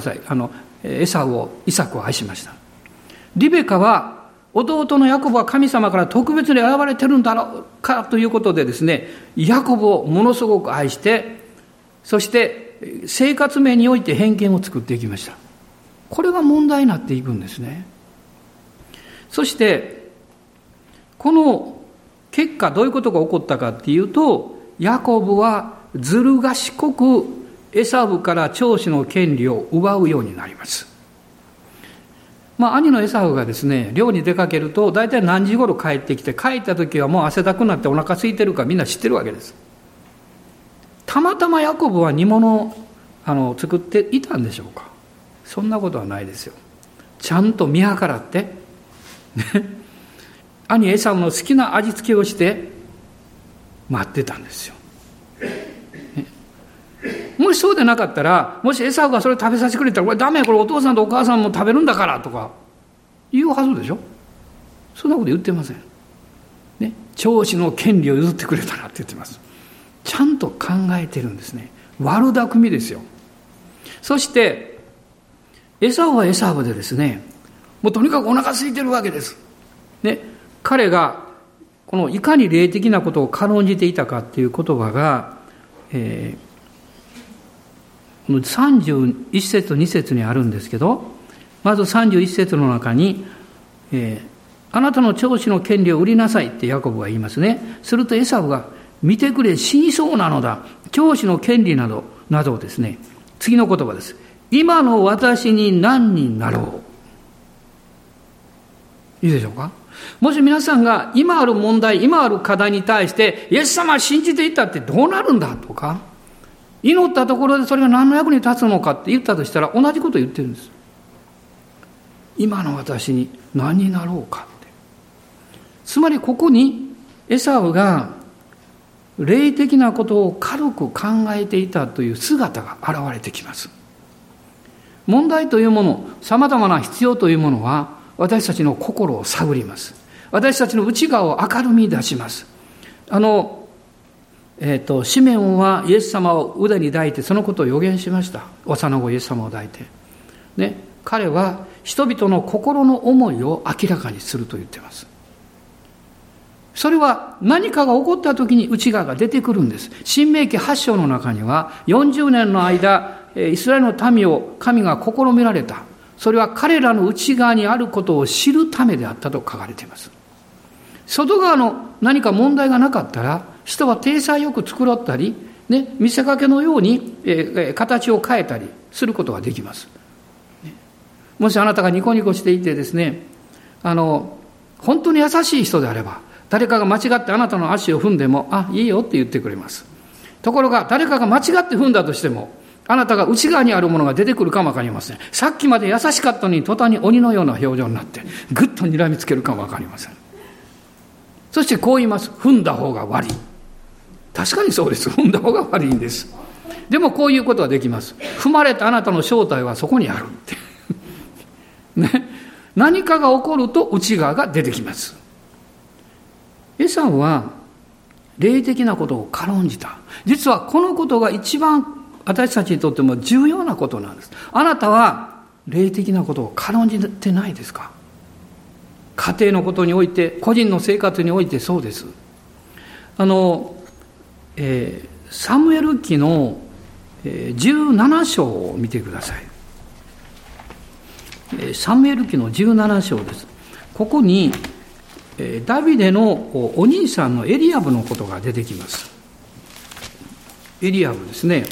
イサクを愛しました。リベカは弟のヤコブは神様から特別に選ばれてるんだろうかということでですね、ヤコブをものすごく愛して、そして生活面において偏見を作っていきました。これが問題になっていくんですね。そしてこの結果どういうことが起こったかっていうと、ヤコブはずる賢くエサウから長子の権利を奪うようになります。兄のエサウがですね、漁に出かけると大体何時頃帰ってきて、帰った時はもう汗だくなってお腹空いてるかみんな知ってるわけです。たまたまヤコブは煮物を作っていたんでしょうか。そんなことはないですよ。ちゃんと見計らって兄エサウの好きな味付けをして待ってたんですよ。もしそうでなかったら、もしエサウがそれ食べさせてくれたら、これダメ、これお父さんとお母さんも食べるんだからとか言うはずでしょ。そんなこと言ってません、ね、長子の権利を譲ってくれたらって言ってます。ちゃんと考えてるんですね。悪巧みですよ。そしてエサウはエサウでですね、もうとにかくお腹空いてるわけです、ね、彼がこのいかに霊的なことを軽んじていたかっていう言葉が、31節と2節にあるんですけど、まず31節の中に、あなたの長子の権利を売りなさいってヤコブが言いますね。するとエサウが、見てくれ、死にそうなのだ、長子の権利などですね、次の言葉です。今の私に何になろう。いいでしょうか。もし皆さんが今ある問題、今ある課題に対してイエス様は信じていたってどうなるんだとか、祈ったところでそれが何の役に立つのかって言ったとしたら同じことを言ってるんです。今の私に何になろうかって。つまりここにエサウが霊的なことを軽く考えていたという姿が現れてきます。問題というもの、さまざまな必要というものは私たちの心を探ります。私たちの内側を明るみに出します。シメオンはイエス様を腕に抱いてそのことを予言しました。幼子イエス様を抱いて、ね、彼は人々の心の思いを明らかにすると言っています。それは何かが起こった時に内側が出てくるんです。申命記8章の中には40年の間イスラエルの民を神が試みられた。それは彼らの内側にあることを知るためであったと書かれています。外側の何か問題がなかったら人は体裁よく作ろったり、ね、見せかけのように、形を変えたりすることができます、ね、もしあなたがニコニコしていてですね、本当に優しい人であれば誰かが間違ってあなたの足を踏んでもいいよって言ってくれます。ところが誰かが間違って踏んだとしてもあなたが内側にあるものが出てくるかもわかりません。さっきまで優しかったのに途端に鬼のような表情になってぐっと睨みつけるかもわかりません。そしてこう言います。踏んだ方が悪い。確かにそうです。踏んだ方が悪いんです。でもこういうことはできます。踏まれたあなたの正体はそこにあるって、ね、何かが起こると内側が出てきます。エサウは霊的なことを軽んじた。実はこのことが一番私たちにとっても重要なことなんです。あなたは霊的なことを軽んじてないですか？家庭のことにおいて、個人の生活においてそうです。サムエル記の17章を見てください。サムエル記の17章です。ここにダビデのお兄さんのエリアブのことが出てきます。エリアブですね。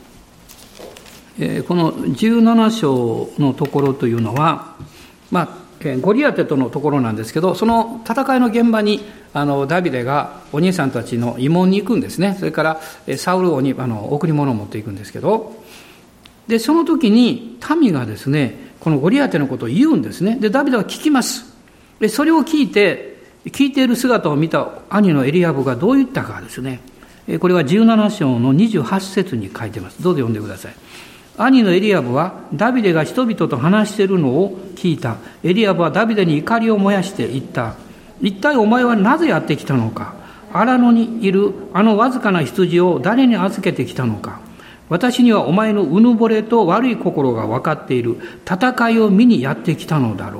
この17章のところというのは、ゴリアテとのところなんですけど、その戦いの現場にダビデがお兄さんたちの慰問に行くんですね。それからサウル王に贈り物を持っていくんですけど、でその時に民がですね、このゴリアテのことを言うんですね。でダビデは聞きます。でそれを聞いている姿を見た兄のエリアブがどう言ったかですね。これは17章の28節に書いてます。どうぞ読んでください。兄のエリアブはダビデが人々と話しているのを聞いた。エリアブはダビデに怒りを燃やして言った。 一体お前はなぜやってきたのか。荒野にいるあのわずかな羊を誰に預けてきたのか。私にはお前のうぬぼれと悪い心が分かっている。戦いを見にやってきたのだろう。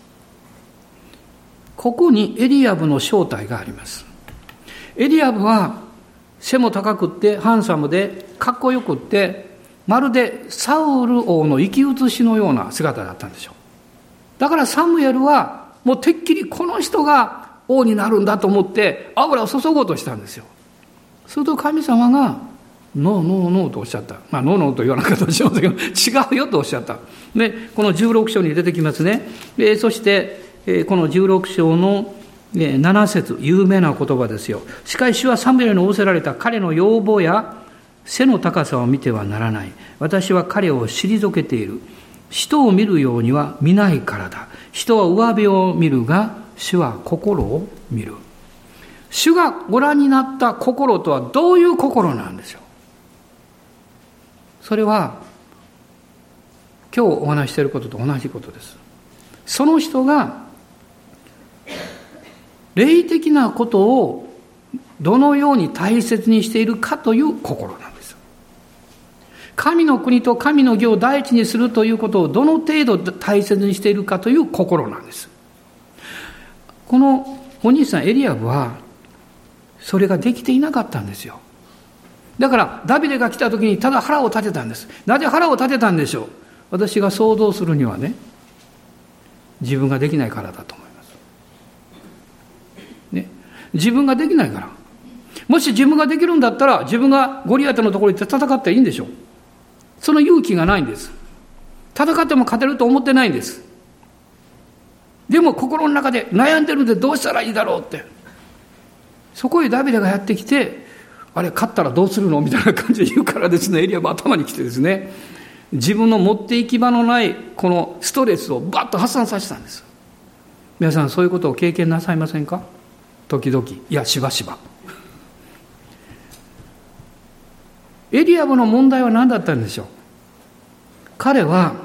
ここにエリアブの正体があります。エリアブは背も高くってハンサムでかっこよくって、まるでサウル王の生き写しのような姿だったんでしょう。だからサムエルはもうてっきりこの人が王になるんだと思って油を注ごうとしたんですよ。すると神様がノーノーノーとおっしゃった。ノーノーと言わなかったとしますけど、違うよとおっしゃった。で、この16章に出てきますね。そしてこの16章の7節、有名な言葉ですよ。しかし主はサムエルに仰せられた。彼の容貌や背の高さを見てはならない。私は彼を退けている。人を見るようには見ないからだ。人は上辺を見るが、主は心を見る。主がご覧になった心とはどういう心なんでしょう。それは今日お話していることと同じことです。その人が霊的なことをどのように大切にしているかという心なんです。神の国と神の義を第一にするということをどの程度大切にしているかという心なんです。このお兄さんエリアブはそれができていなかったんですよ。だからダビデが来た時にただ腹を立てたんです。なぜ腹を立てたんでしょう。私が想像するにはね、自分ができないからだと思います、ね、自分ができないから。もし自分ができるんだったら自分がゴリアテのところに戦っていいんでしょう。その勇気がないんです。戦っても勝てると思ってないんです。でも心の中で悩んでるんでどうしたらいいだろうって。そこへダビデがやってきて、あれ勝ったらどうするのみたいな感じで言うからですね、エリアも頭に来てですね、自分の持って行き場のないこのストレスをバッと発散させたんです。皆さんそういうことを経験なさいませんか。時々、いやしばしば。エリアブの問題は何だったんでしょう。彼は、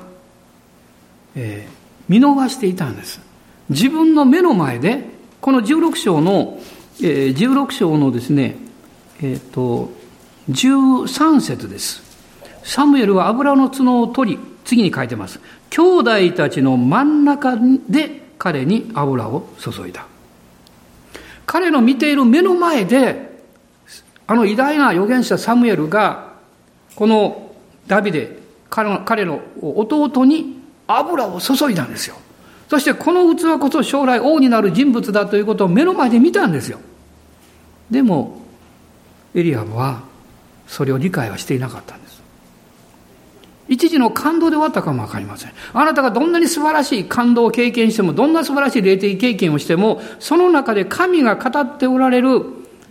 見逃していたんです。自分の目の前でこの16章のですね、13節です。サムエルは油の角を取り、次に書いてます。兄弟たちの真ん中で彼に油を注いだ。彼の見ている目の前で、あの偉大な預言者サムエルが、このダビデ、彼の弟に油を注いだんですよ。そしてこの器こそ将来王になる人物だということを目の前で見たんですよ。でも、エリアブはそれを理解はしていなかったんです。一時の感動で終わったかもわかりません。あなたがどんなに素晴らしい感動を経験しても、どんな素晴らしい霊的経験をしても、その中で神が語っておられる、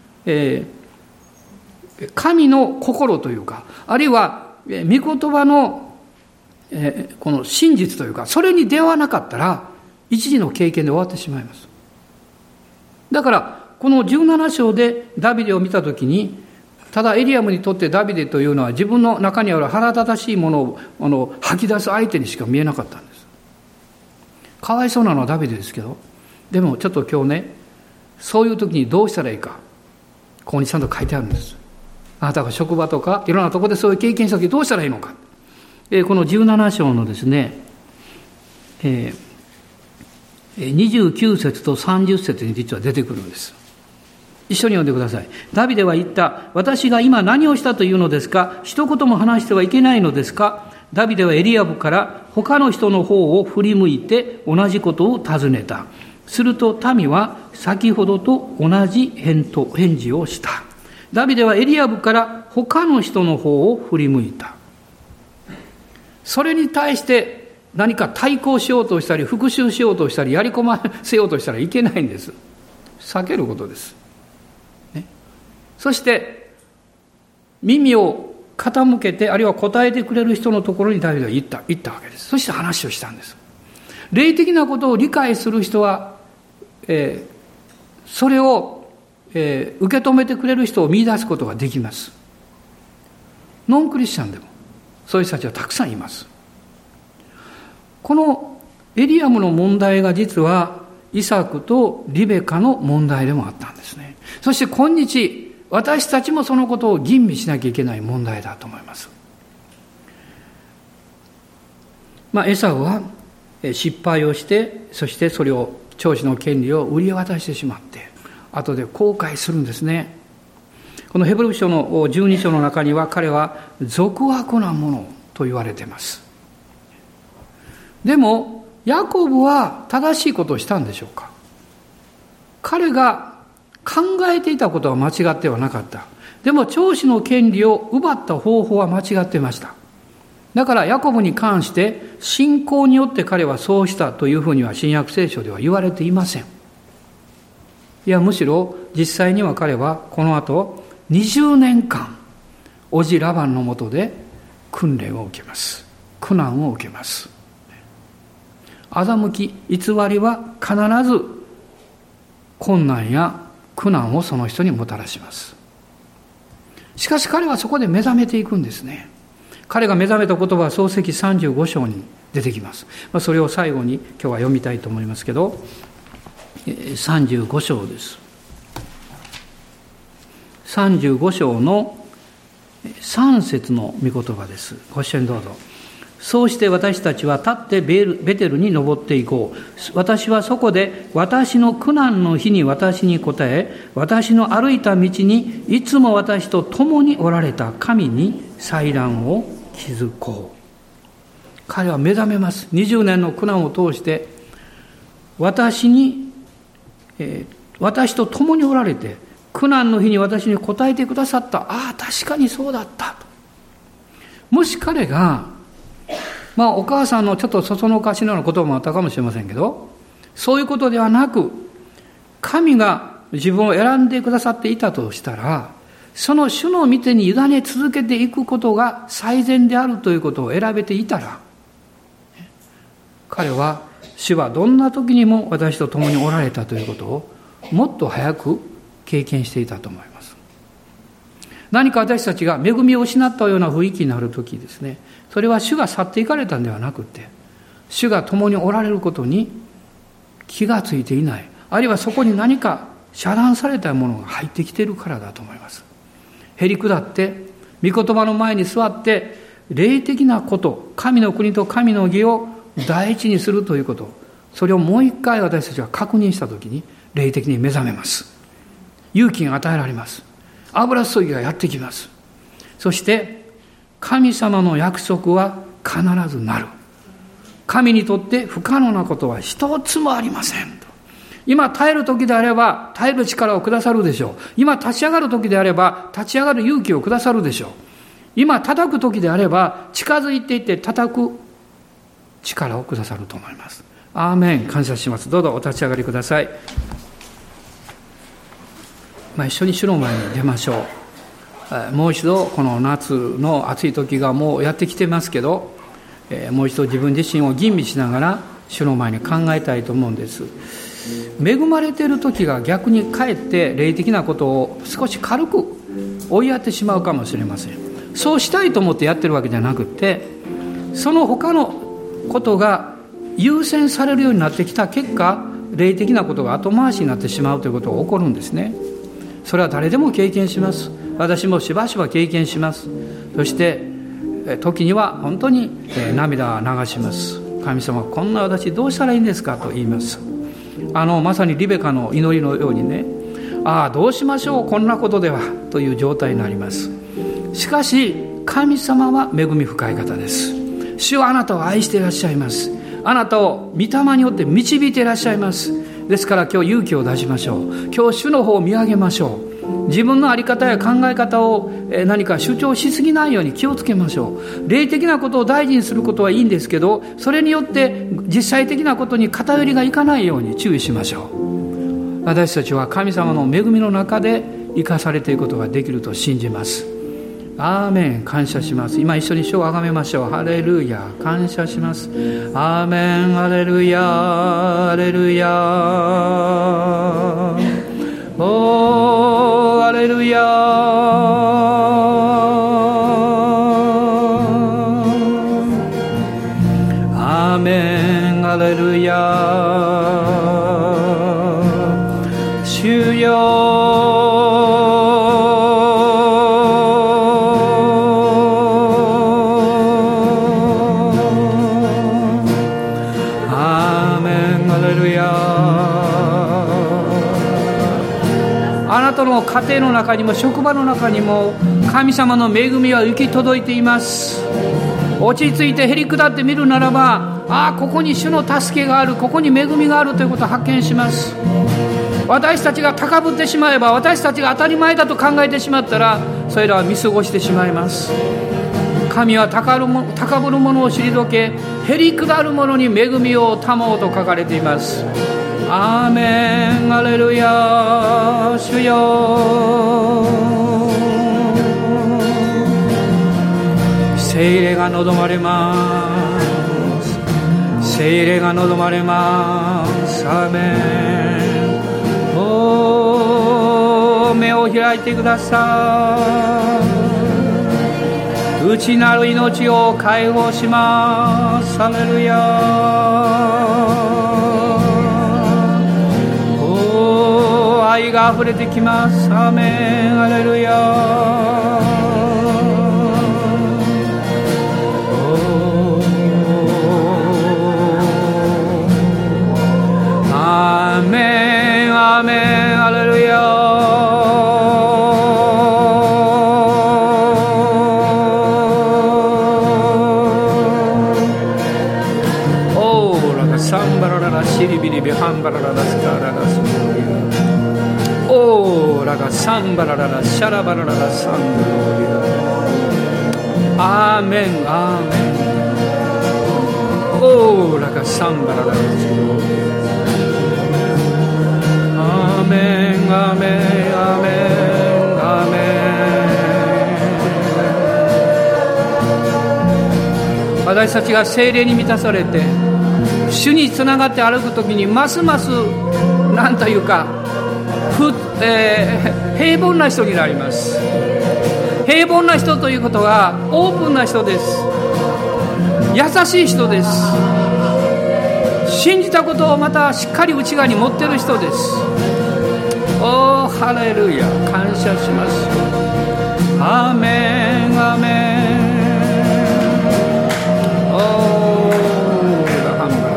神の心というか、あるいは御言葉の、この真実というか、それに出会わなかったら一時の経験で終わってしまいます。だからこの17章でダビデを見たときに、ただエリアムにとってダビデというのは自分の中にある腹立たしいものを吐き出す相手にしか見えなかったんです。かわいそうなのはダビデですけど、でもちょっと今日ね、そういう時にどうしたらいいか、ここにちゃんと書いてあるんです。あなたが職場とかいろんなところでそういう経験した時どうしたらいいのか、この17章のですね、29節と30節に実は出てくるんです。一緒に読んでください。ダビデは言った。私が今何をしたというのですか。一言も話してはいけないのですか。ダビデはエリアブから他の人の方を振り向いて同じことを尋ねた。すると民は先ほどと同じ返事をした。ダビデはエリアブから他の人の方を振り向いた。それに対して何か対抗しようとしたり復讐しようとしたりやり込ませようとしたらいけないんです。避けることです、ね、そして耳を傾けてあるいは答えてくれる人のところにダビデは行ったわけです。そして話をしたんです。霊的なことを理解する人は、それを、受け止めてくれる人を見出すことができます。ノンクリスチャンでもそういう人たちはたくさんいます。このエリアムの問題が実はイサクとリベカの問題でもあったんですね。そして今日、私たちもそのことを吟味しなきゃいけない問題だと思います。エサウは失敗をして、そしてそれを長子の権利を売り渡してしまって、後で後悔するんですね。このヘブル書の12章の中には、彼は俗悪なものと言われています。でもヤコブは正しいことをしたんでしょうか。彼が考えていたことは間違ってはなかった。でも長子の権利を奪った方法は間違っていました。だからヤコブに関して信仰によって彼はそうしたというふうには新約聖書では言われていません。いや、むしろ実際には彼はこの後20年間叔父ラバンのもとで訓練を受けます。苦難を受けます。欺き偽りは必ず困難や苦難をその人にもたらします。しかし彼はそこで目覚めていくんですね。彼が目覚めた言葉は創世記35章に出てきます。それを最後に今日は読みたいと思いますけど、35章です。35章の3節の御言葉です。ご一緒にどうぞ。そうして私たちは立ってベテルに登っていこう。私はそこで私の苦難の日に私に答え、私の歩いた道にいつも私と共におられた神に祭壇を築こう。彼は目覚めます。20年の苦難を通して私と共におられて、苦難の日に私に答えてくださった。ああ、確かにそうだったと。もし彼がお母さんのちょっとそそのかしのような言葉もあったかもしれませんけど、そういうことではなく、神が自分を選んでくださっていたとしたら、その主の御手に委ね続けていくことが最善であるということを選べていたら、彼は主はどんな時にも私と共におられたということをもっと早く経験していたと思います。何か私たちが恵みを失ったような雰囲気になるときですね、それは主が去っていかれたんではなくて、主が共におられることに気がついていない、あるいはそこに何か遮断されたものが入ってきているからだと思います。へり下って御言葉の前に座って霊的なこと、神の国と神の義を第一にするということ、それをもう一回私たちが確認したときに霊的に目覚めます。勇気が与えられます。油注ぎがやってきます。そして神様の約束は必ずなる。神にとって不可能なことは一つもありません。今耐える時であれば耐える力をくださるでしょう。今立ち上がる時であれば立ち上がる勇気をくださるでしょう。今叩く時であれば近づいていって叩く力をくださると思います。アーメン。感謝します。どうぞお立ち上がりください。一緒に主の前に出ましょう。もう一度この夏の暑い時がもうやってきてますけど、もう一度自分自身を吟味しながら主の前に考えたいと思うんです。恵まれている時が逆にかえって霊的なことを少し軽く追いやってしまうかもしれません。そうしたいと思ってやってるわけじゃなくて、その他のことが優先されるようになってきた結果、霊的なことが後回しになってしまうということが起こるんですね。それは誰でも経験します。私もしばしば経験します。そして時には本当に涙を流します。神様、こんな私どうしたらいいんですかと言います。まさにリベカの祈りのようにね、どうしましょうこんなことではという状態になります。しかし神様は恵み深い方です。主はあなたを愛していらっしゃいます。あなたを御霊によって導いていらっしゃいます。ですから今日勇気を出しましょう。今日主の方を見上げましょう。自分の在り方や考え方を何か主張しすぎないように気をつけましょう。霊的なことを大事にすることはいいんですけど、それによって実際的なことに偏りがいかないように注意しましょう。私たちは神様の恵みの中で生かされていくことができると信じます。アーメン。感謝します。今一緒に主をあがめましょう。ハレルヤ。感謝します。アーメン。ハレルヤ。ハレルヤ。おー、ハレルヤ。アーメン。ハレルヤ。 家庭の中にも職場の中にも神様の恵みは行き届いています。落ち着いてへり下ってみるならば、ここに主の助けがある、ここに恵みがあるということを発見します。私たちが高ぶってしまえば、私たちが当たり前だと考えてしまったら、それらは見過ごしてしまいます。神は高ぶる者を退け、へり下る者に恵みを賜おうと書かれています。アーメン、ハレルヤ、主よ。聖霊が望まれます。聖霊が望まれます。アーメン。目を開いてください。内なる命を解放します。ハレルヤ。愛があふれてきます。アーメン、ハレルヤ。アーメン、アーメン、ハレルヤ。オーラがサンバラララシリビリビハンバラララスカララスオーラがサンバラララシャラバラララサンバララアーメン、アーメン。オーラがサンバラララシアーメン、アーメン、アーメン、アーメン。私たちが聖霊に満たされて主につながって歩くときに、ますますなんというか平凡な人になります。平凡な人ということはオープンな人です。優しい人です。信じたことをまたしっかり内側に持っている人です。おー、ハレルヤ、感謝します。アーメン、アーメン。おー、ラハンバラ。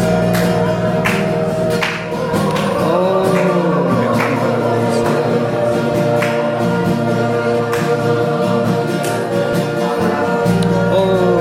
おー、ラハンバラ。お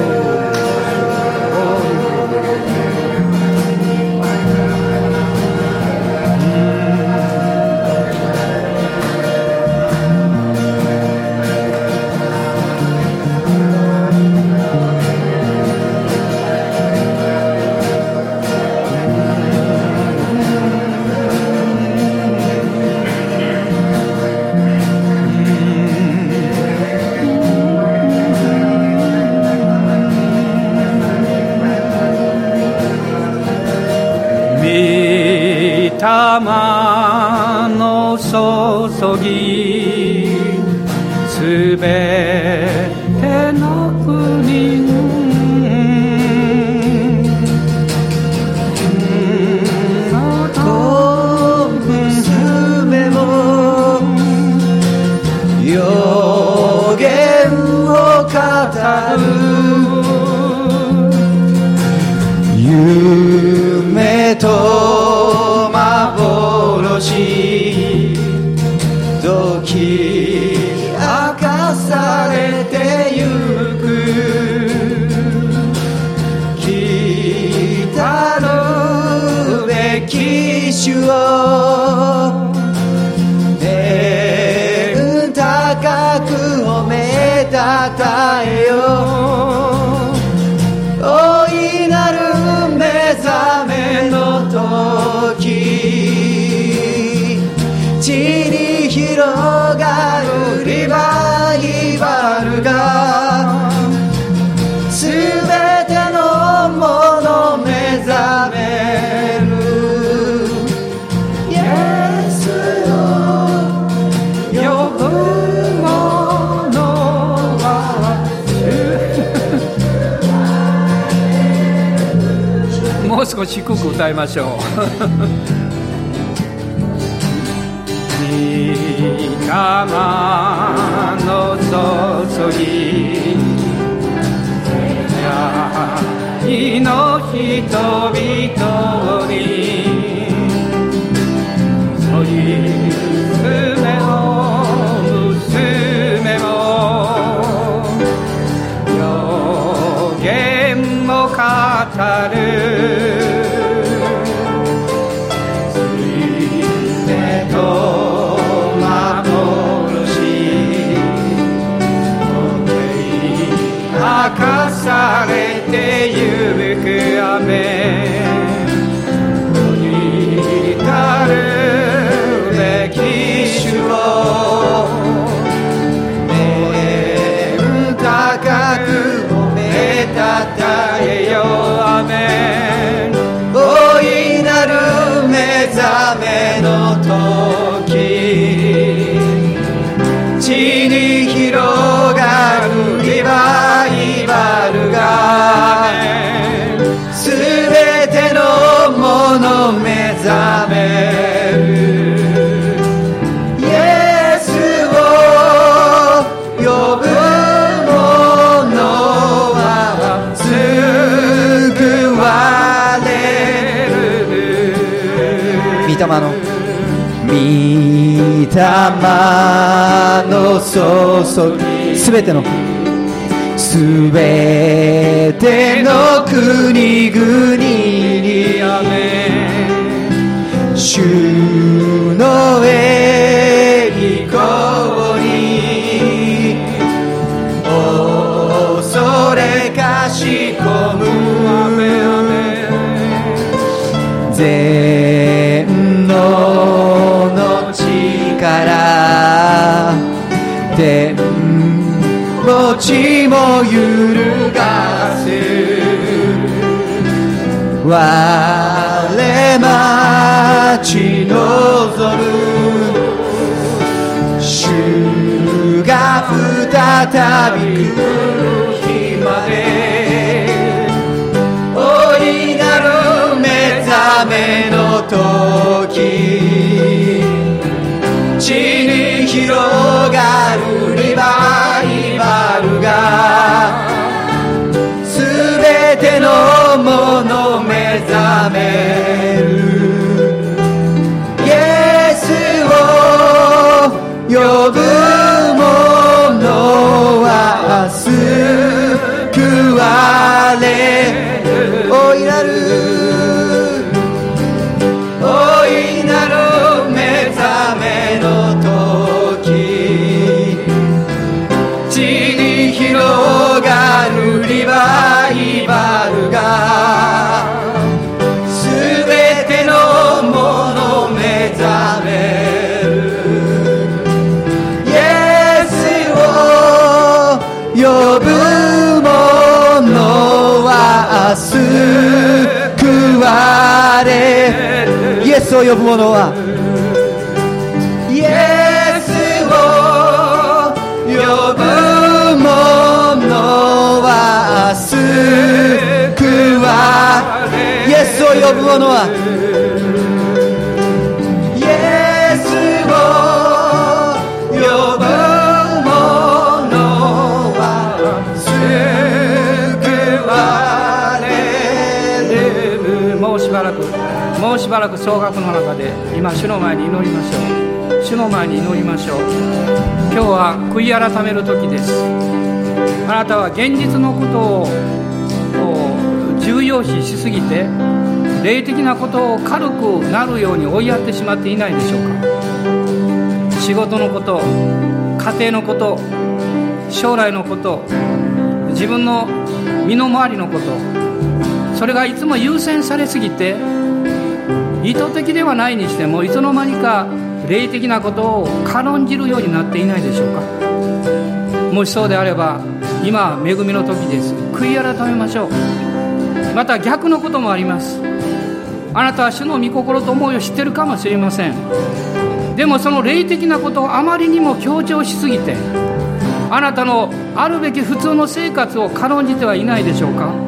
玉の注ぎすべての国と娘も予言を語る夢と幻解き明かされてゆく来たるべき主を天高く褒めたたえよ大いなる目覚めの時地に広がるリバイバルがすべてのもの目覚めるイエスを呼ぶ者はもう少し低く歌いましょう。御霊の注ぎ愛の人々にそういう夢を様の注ぎすべての国々に主の栄光に恐れかしこむ全能の力天も地も揺るがす我待ち望む主が再び来る日まで大いなる目覚めの時地に広がるリバイバルがすべてのもの目覚めるイエスを呼ぶ者は救われる大いなる目覚めの時地に広がるリバイバルがすべてのもの目覚めるイエスを呼ぶ者は救われるイエスを呼ぶ者はイエスを呼ぶ者は救われるイエスを呼ぶ者はイエスを呼ぶ者は救われるもうしばらく総額の中で今主の前に祈りましょう。主の前に祈りましょう。今日は悔い改める時です。あなたは現実のことを重要視しすぎて霊的なことを軽くなるように追いやってしまっていないでしょうか。仕事のこと、家庭のこと、将来のこと、自分の身の回りのこと、それがいつも優先されすぎて意図的ではないにしてもいつの間にか霊的なことを軽んじるようになっていないでしょうか。もしそうであれば今は恵みの時です。悔い改めましょう。また逆のこともあります。あなたは主の御心と思いを知っているかもしれません。でもその霊的なことをあまりにも強調しすぎてあなたのあるべき普通の生活を軽んじてはいないでしょうか。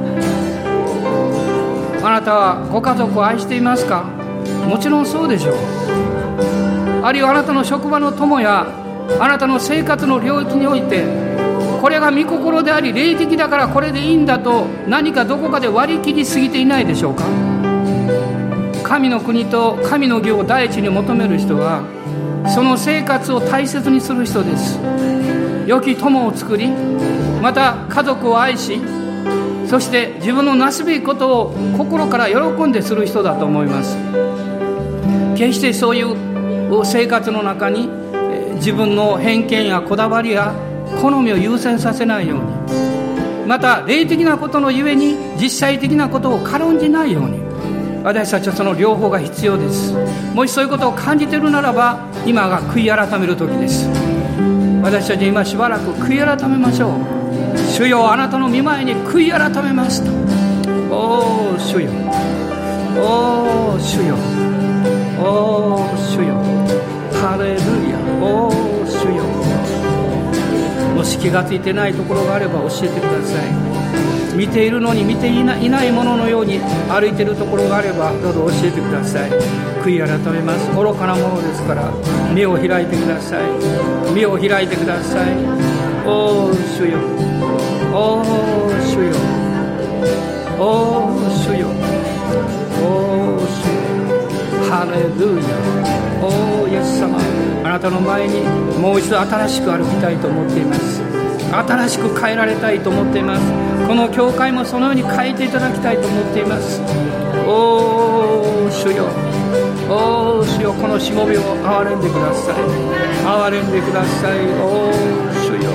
あなたはご家族を愛していますか。もちろんそうでしょう。あるいはあなたの職場の友やあなたの生活の領域においてこれが御心であり霊的だからこれでいいんだと何かどこかで割り切りすぎていないでしょうか。神の国と神の義を第一に求める人はその生活を大切にする人です。良き友を作りまた家族を愛しそして自分のなすべきことを心から喜んでする人だと思います。決してそういう生活の中に自分の偏見やこだわりや好みを優先させないようにまた霊的なことのゆえに実際的なことを軽んじないように私たちはその両方が必要です。もしそういうことを感じているならば今が悔い改める時です。私たち今しばらく悔い改めましょう。主よあなたの御前に悔い改めますと。おー主よおー主よおー主よハレルヤおー主よ。もし気がついてないところがあれば教えてください。見ているのに見ていないもののように歩いているところがあればどうぞ教えてください。悔い改めます。愚かなものですから目を開いてください。目を開いてください。おー主よおー主よおー主よおー主よハレルヤおーイエス様ああなたの前にもう一度新しく歩きたいと思っています。新しく変えられたいと思っています。この教会もそのように変えていただきたいと思っています。おー主よ、おー主よ、このしもべを憐れんでください。憐れんでください。おー主よ、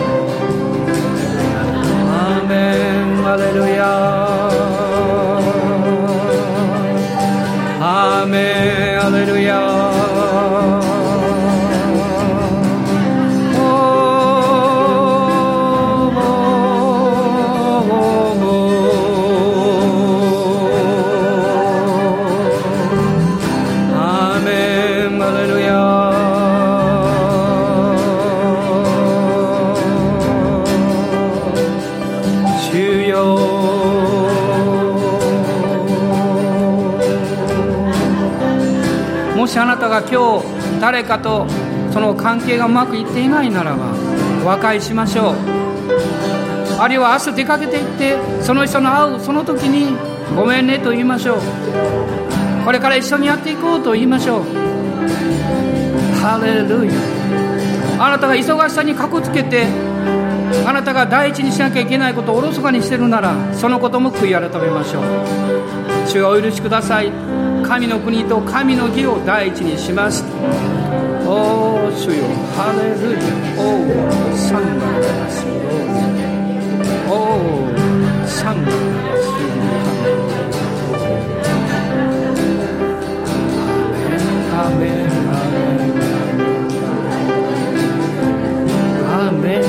アーメン、ハレルヤ、アーメン、ハレルヤ。もしあなたが今日誰かとその関係がうまくいっていないならば和解しましょう。あるいは明日出かけていってその人の会うその時にごめんねと言いましょう。これから一緒にやっていこうと言いましょう。ハレルヤ。あなたが忙しさにかこつけてあなたが第一にしなきゃいけないことをおろそかにしているならそのことも悔い改めましょう。主がお許しください。神の国と神の義を第一にします。おー主よ、ハレルヤ。おーサンダーラスよ。おーサンダーラスよ。アーメンアーメンアーメン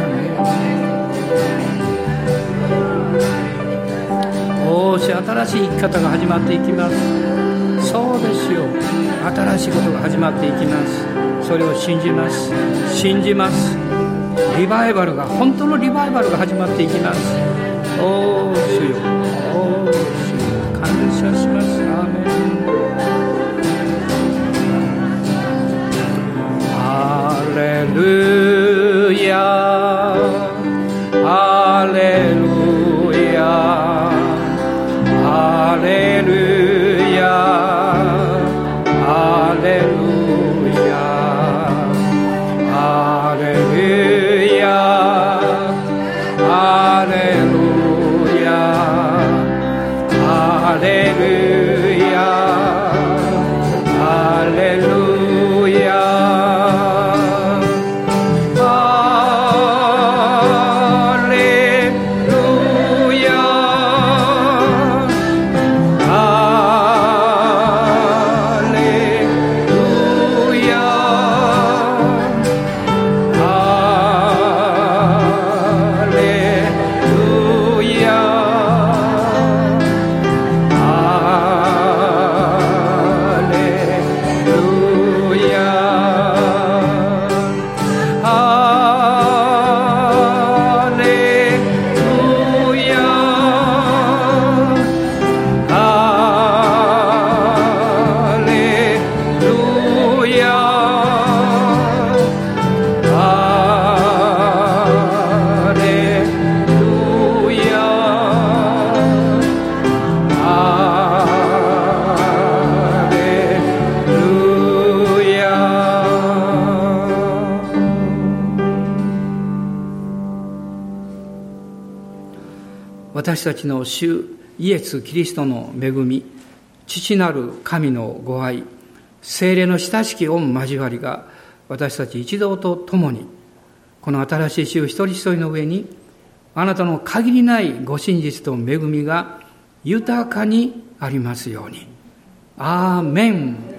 アーメン。おーし、新しい生き方が始まっていきます。そうですよ、新しいことが始まっていきます。それを信じます、信じます。リバイバルが、本当のリバイバルが始まっていきます。おー主よ、おー主よ、感謝します。アーメン。ハレルヤ、ハレルヤ、ハレルヤ、ハレルヤ、ハレルヤ、ハレルヤ、ハレルヤ、ハレルヤ。私たちの主イエス・キリストの恵み、父なる神のご愛、聖霊の親しき御交わりが私たち一同と共にこの新しい週一人一人の上にあなたの限りないご真実と恵みが豊かにありますように。アーメン。